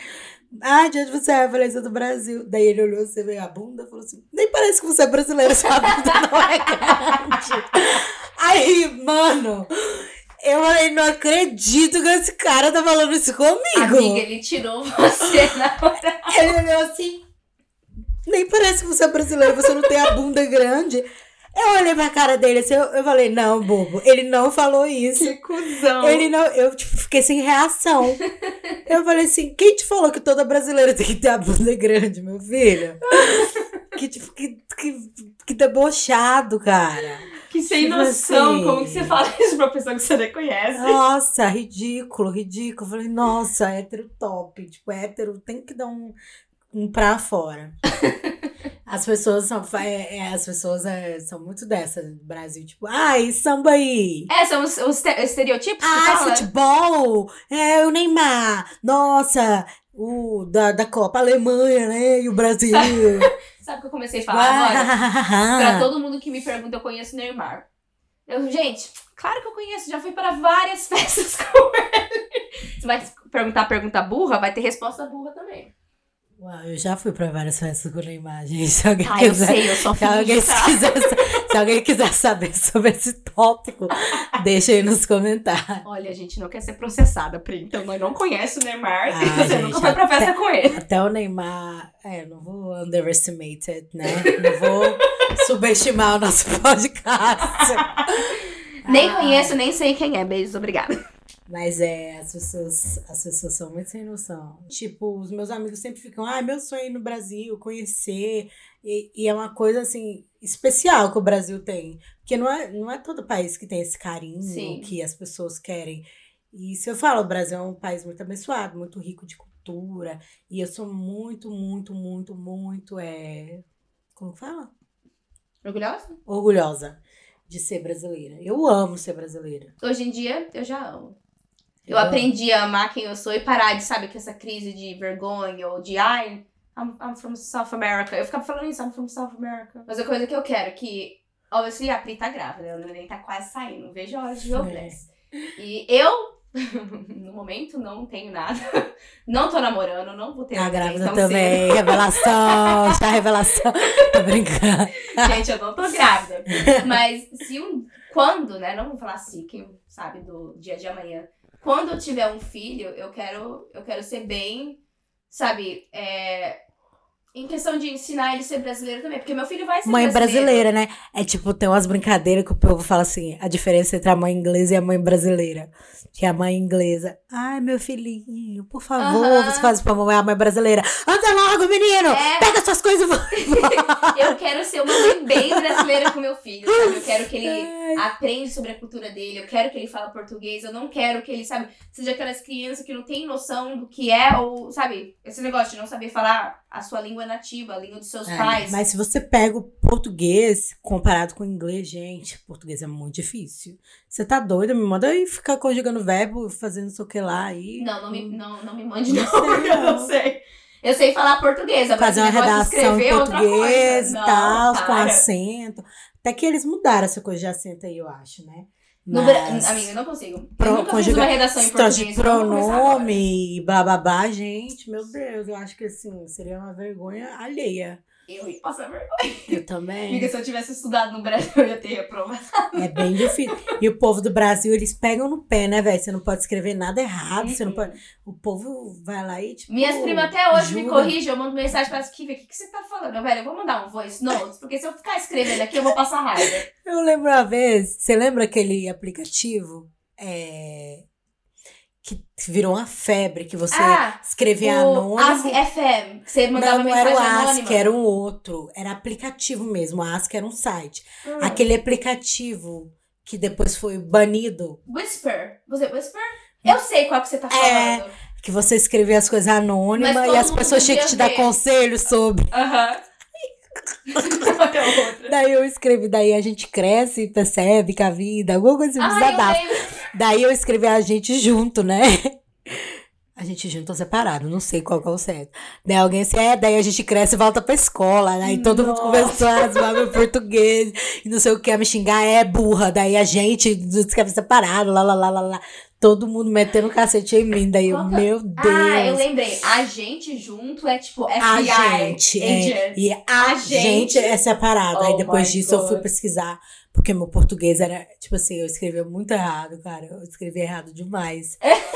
Ah, de onde você é? Eu falei, sou do Brasil. Daí ele olhou, você veio a bunda, falou assim, nem parece que você é brasileiro, sua bunda não é grande. Aí, mano, eu falei, não acredito que esse cara tá falando isso comigo. Amiga, ele tirou você na hora. Ele olhou assim, nem parece que você é brasileiro, você não tem a bunda grande. Eu olhei pra cara dele assim, eu falei, não, bobo, ele não falou isso. Que cuzão. Ele não, eu tipo, fiquei sem reação. Eu falei assim, quem te falou que toda brasileira tem que ter a bunda grande, meu filho? Que debochado, cara. Que sem Tipo noção, assim, como que você fala isso pra pessoa que você nem conhece? Nossa, ridículo. Eu falei, nossa, hétero top. Tipo, hétero tem que dar um pra fora. As pessoas são muito dessas no Brasil. Tipo, ai, samba aí. São os estereotipos que Ai, fala. futebol. O Neymar. Nossa, o da Copa Alemanha, né? E o Brasil. Sabe o que eu comecei a falar agora? Pra todo mundo que me pergunta, eu conheço o Neymar. Gente, claro que eu conheço. Já fui para várias festas com ele. Você vai perguntar pergunta burra, vai ter resposta burra também. Uau, eu já fui pra várias festas com o Neymar, gente. Se alguém Eu quiser, sei, eu só fui se alguém quiser saber sobre esse tópico, deixa aí nos comentários. Olha, a gente não quer ser processada, Pri. Então, nós não conhecemos o Neymar. Você gente, nunca foi pra festa com ele. Até o Neymar... não vou underestimate it, né? Não vou subestimar o nosso podcast. Nem conheço, nem sei quem é. Beijos, obrigada. Mas as pessoas são muito sem noção. Tipo, os meus amigos sempre ficam, meu sonho é ir no Brasil, conhecer. E é uma coisa, assim, especial que o Brasil tem. Porque não é todo país que tem esse carinho. Sim. Que as pessoas querem. E se eu falo, o Brasil é um país muito abençoado, muito rico de cultura. E eu sou muito, muito, muito, muito, como fala? Orgulhosa? Orgulhosa de ser brasileira. Eu amo ser brasileira. Hoje em dia, eu já amo. Eu aprendi a amar quem eu sou e parar de, sabe, que essa crise de vergonha ou de, I'm from South America. Eu ficava falando isso, I'm from South America. Mas a coisa que eu quero, que, obviously, a Pri tá grávida, o neném tá quase saindo, não vejo a hora de ver o Bless. E eu, no momento, não tenho nada. Não tô namorando, não vou ter nada. Grávida também, cedo. Revelação, está revelação. Tô brincando. Gente, eu não tô grávida. Mas quando, né, não vou falar assim, quem sabe do dia de amanhã. Quando eu tiver um filho, eu quero ser bem, sabe, em questão de ensinar ele a ser brasileiro também, porque meu filho vai ser mãe brasileiro. Né? Tipo, tem umas brincadeiras que o povo fala assim, a diferença entre a mãe inglesa e a mãe brasileira. Que a mãe inglesa, meu filhinho, por favor, você faz pra mamãe, a mãe brasileira. Anda logo, menino! Pega suas coisas e vai. Eu quero ser uma mãe bem brasileira com meu filho, sabe? Eu quero que ele aprenda sobre a cultura dele, eu quero que ele fale português, eu não quero que ele, sabe, seja aquelas crianças que não tem noção do que é, ou, sabe, esse negócio de não saber falar a sua língua nativa, a língua dos seus pais. Mas se você pega o português comparado com o inglês, gente, português é muito difícil. Você tá doida? Me manda aí ficar conjugando verbo, fazendo não sei o que lá aí. Não me mande não, porque eu não sei. Eu sei falar português, fazer uma redação em português e tal, com para. acento. Até que eles mudaram essa coisa de acento aí, eu acho, né? Amiga, eu não consigo. Eu nunca fiz uma redação em português. De pronome e bababá, gente, meu Deus, eu acho que assim, seria uma vergonha alheia. Eu ia passar vergonha. Eu também. Amiga, se eu tivesse estudado no Brasil, eu ia ter reprovado. É bem difícil. E o povo do Brasil, eles pegam no pé, né, velho? Você não pode escrever nada errado, você não pode... O povo vai lá e, tipo... Minhas primas até hoje me corrigem, eu mando mensagem pra elas, o que você tá falando? Velho, eu vou mandar um voice notes, porque se eu ficar escrevendo aqui, eu vou passar raiva. Eu lembro uma vez, você lembra aquele aplicativo que virou uma febre, que você escrevia anônimo? Ask FM, que você mandava mensagem anônima. Não era o Ask, era um outro. Era aplicativo mesmo, o Ask era um site. Aquele aplicativo que depois foi banido. Whisper? Whisper? Eu sei qual que você tá falando. Que você escrevia as coisas anônimas e as pessoas tinham que te dar conselhos sobre. Daí eu escrevi, daí a gente cresce e percebe que a vida, alguma coisa desabafa. Daí eu escrevi a gente junto, né? A gente junto ou separado, não sei qual que é o certo. Daí alguém assim, daí a gente cresce e volta pra escola. Aí todo mundo começou a zoar meu português e não sei o que, a me xingar, burra. Daí a gente escreve separado, lá. Todo mundo metendo cacete em mim. Daí eu, meu Deus. Ah, eu lembrei. A gente junto é tipo A gente, e a gente é separado. Aí depois disso eu fui pesquisar, porque meu português era, tipo assim, eu escrevia muito errado, cara. Eu escrevia errado demais.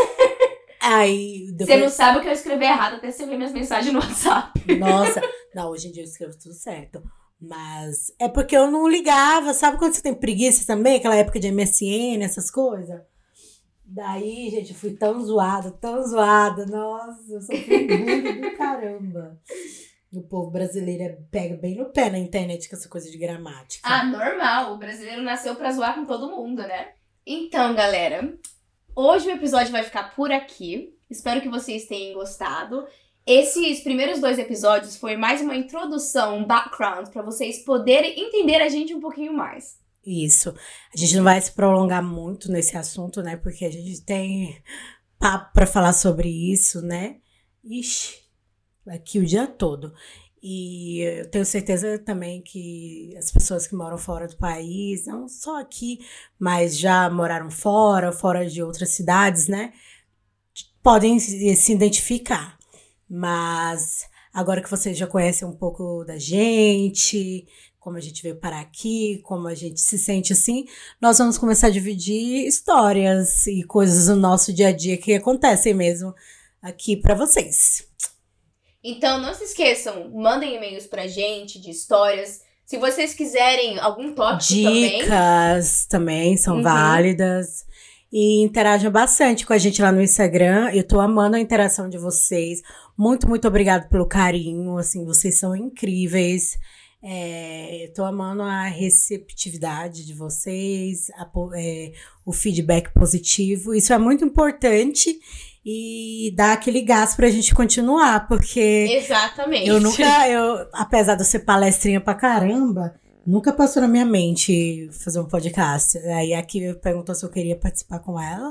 Aí, depois... Você não sabe o que eu escrevi errado até você ver minhas mensagens no WhatsApp. Nossa, não, hoje em dia eu escrevo tudo certo. Mas é porque eu não ligava, sabe quando você tem preguiça também? Aquela época de MSN, essas coisas. Daí, gente, eu fui tão zoada. Nossa, eu sofri muito do caramba. O povo brasileiro pega bem no pé na internet com essa coisa de gramática. Ah, normal. O brasileiro nasceu pra zoar com todo mundo, né? Então, galera... Hoje o episódio vai ficar por aqui. Espero que vocês tenham gostado. Esses primeiros 2 episódios foi mais uma introdução, um background, para vocês poderem entender a gente um pouquinho mais. Isso. A gente não vai se prolongar muito nesse assunto, né? Porque a gente tem papo para falar sobre isso, né? Ixi, aqui o dia todo. E eu tenho certeza também que as pessoas que moram fora do país, não só aqui, mas já moraram fora de outras cidades, né? Podem se identificar. Mas agora que vocês já conhecem um pouco da gente, como a gente veio parar aqui, como a gente se sente assim, nós vamos começar a dividir histórias e coisas do nosso dia a dia que acontecem mesmo aqui para vocês. Então, não se esqueçam, mandem e-mails pra gente de histórias. Se vocês quiserem algum tópico dicas também são válidas. E interajam bastante com a gente lá no Instagram. Eu tô amando a interação de vocês. Muito, muito obrigada pelo carinho. Assim, vocês são incríveis. Eu tô amando a receptividade de vocês, o feedback positivo. Isso é muito importante. E dá aquele gás pra gente continuar, porque... Exatamente. Apesar de eu ser palestrinha pra caramba, nunca passou na minha mente fazer um podcast. Aí aqui perguntou se eu queria participar com ela,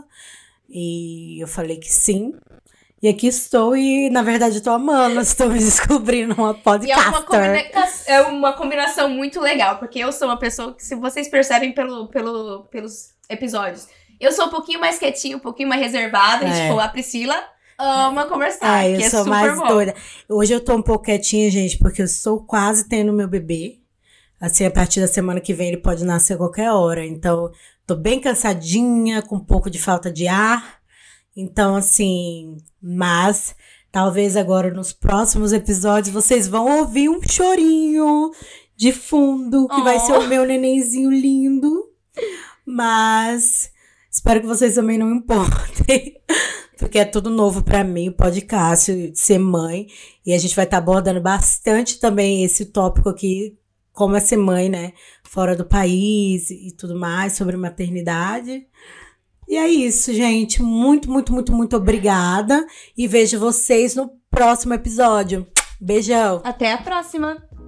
e eu falei que sim. E aqui estou, e na verdade estou amando, estou me descobrindo uma podcaster. E é uma combinação muito legal, porque eu sou uma pessoa que, se vocês percebem pelos episódios... Eu sou um pouquinho mais quietinha, um pouquinho mais reservada. E, tipo, a Priscila ama conversar. Eu sou mais doida. Hoje eu tô um pouco quietinha, gente, porque eu estou quase tendo meu bebê. Assim, a partir da semana que vem ele pode nascer a qualquer hora. Então, tô bem cansadinha, com um pouco de falta de ar. Então, assim, mas talvez agora nos próximos episódios vocês vão ouvir um chorinho de fundo, que vai ser o meu nenenzinho lindo. Mas... espero que vocês também não importem, porque é tudo novo pra mim, o podcast, ser mãe. E a gente vai estar abordando bastante também esse tópico aqui, como é ser mãe, né? Fora do país e tudo mais, sobre maternidade. E é isso, gente. Muito, muito, muito, muito obrigada. E vejo vocês no próximo episódio. Beijão. Até a próxima.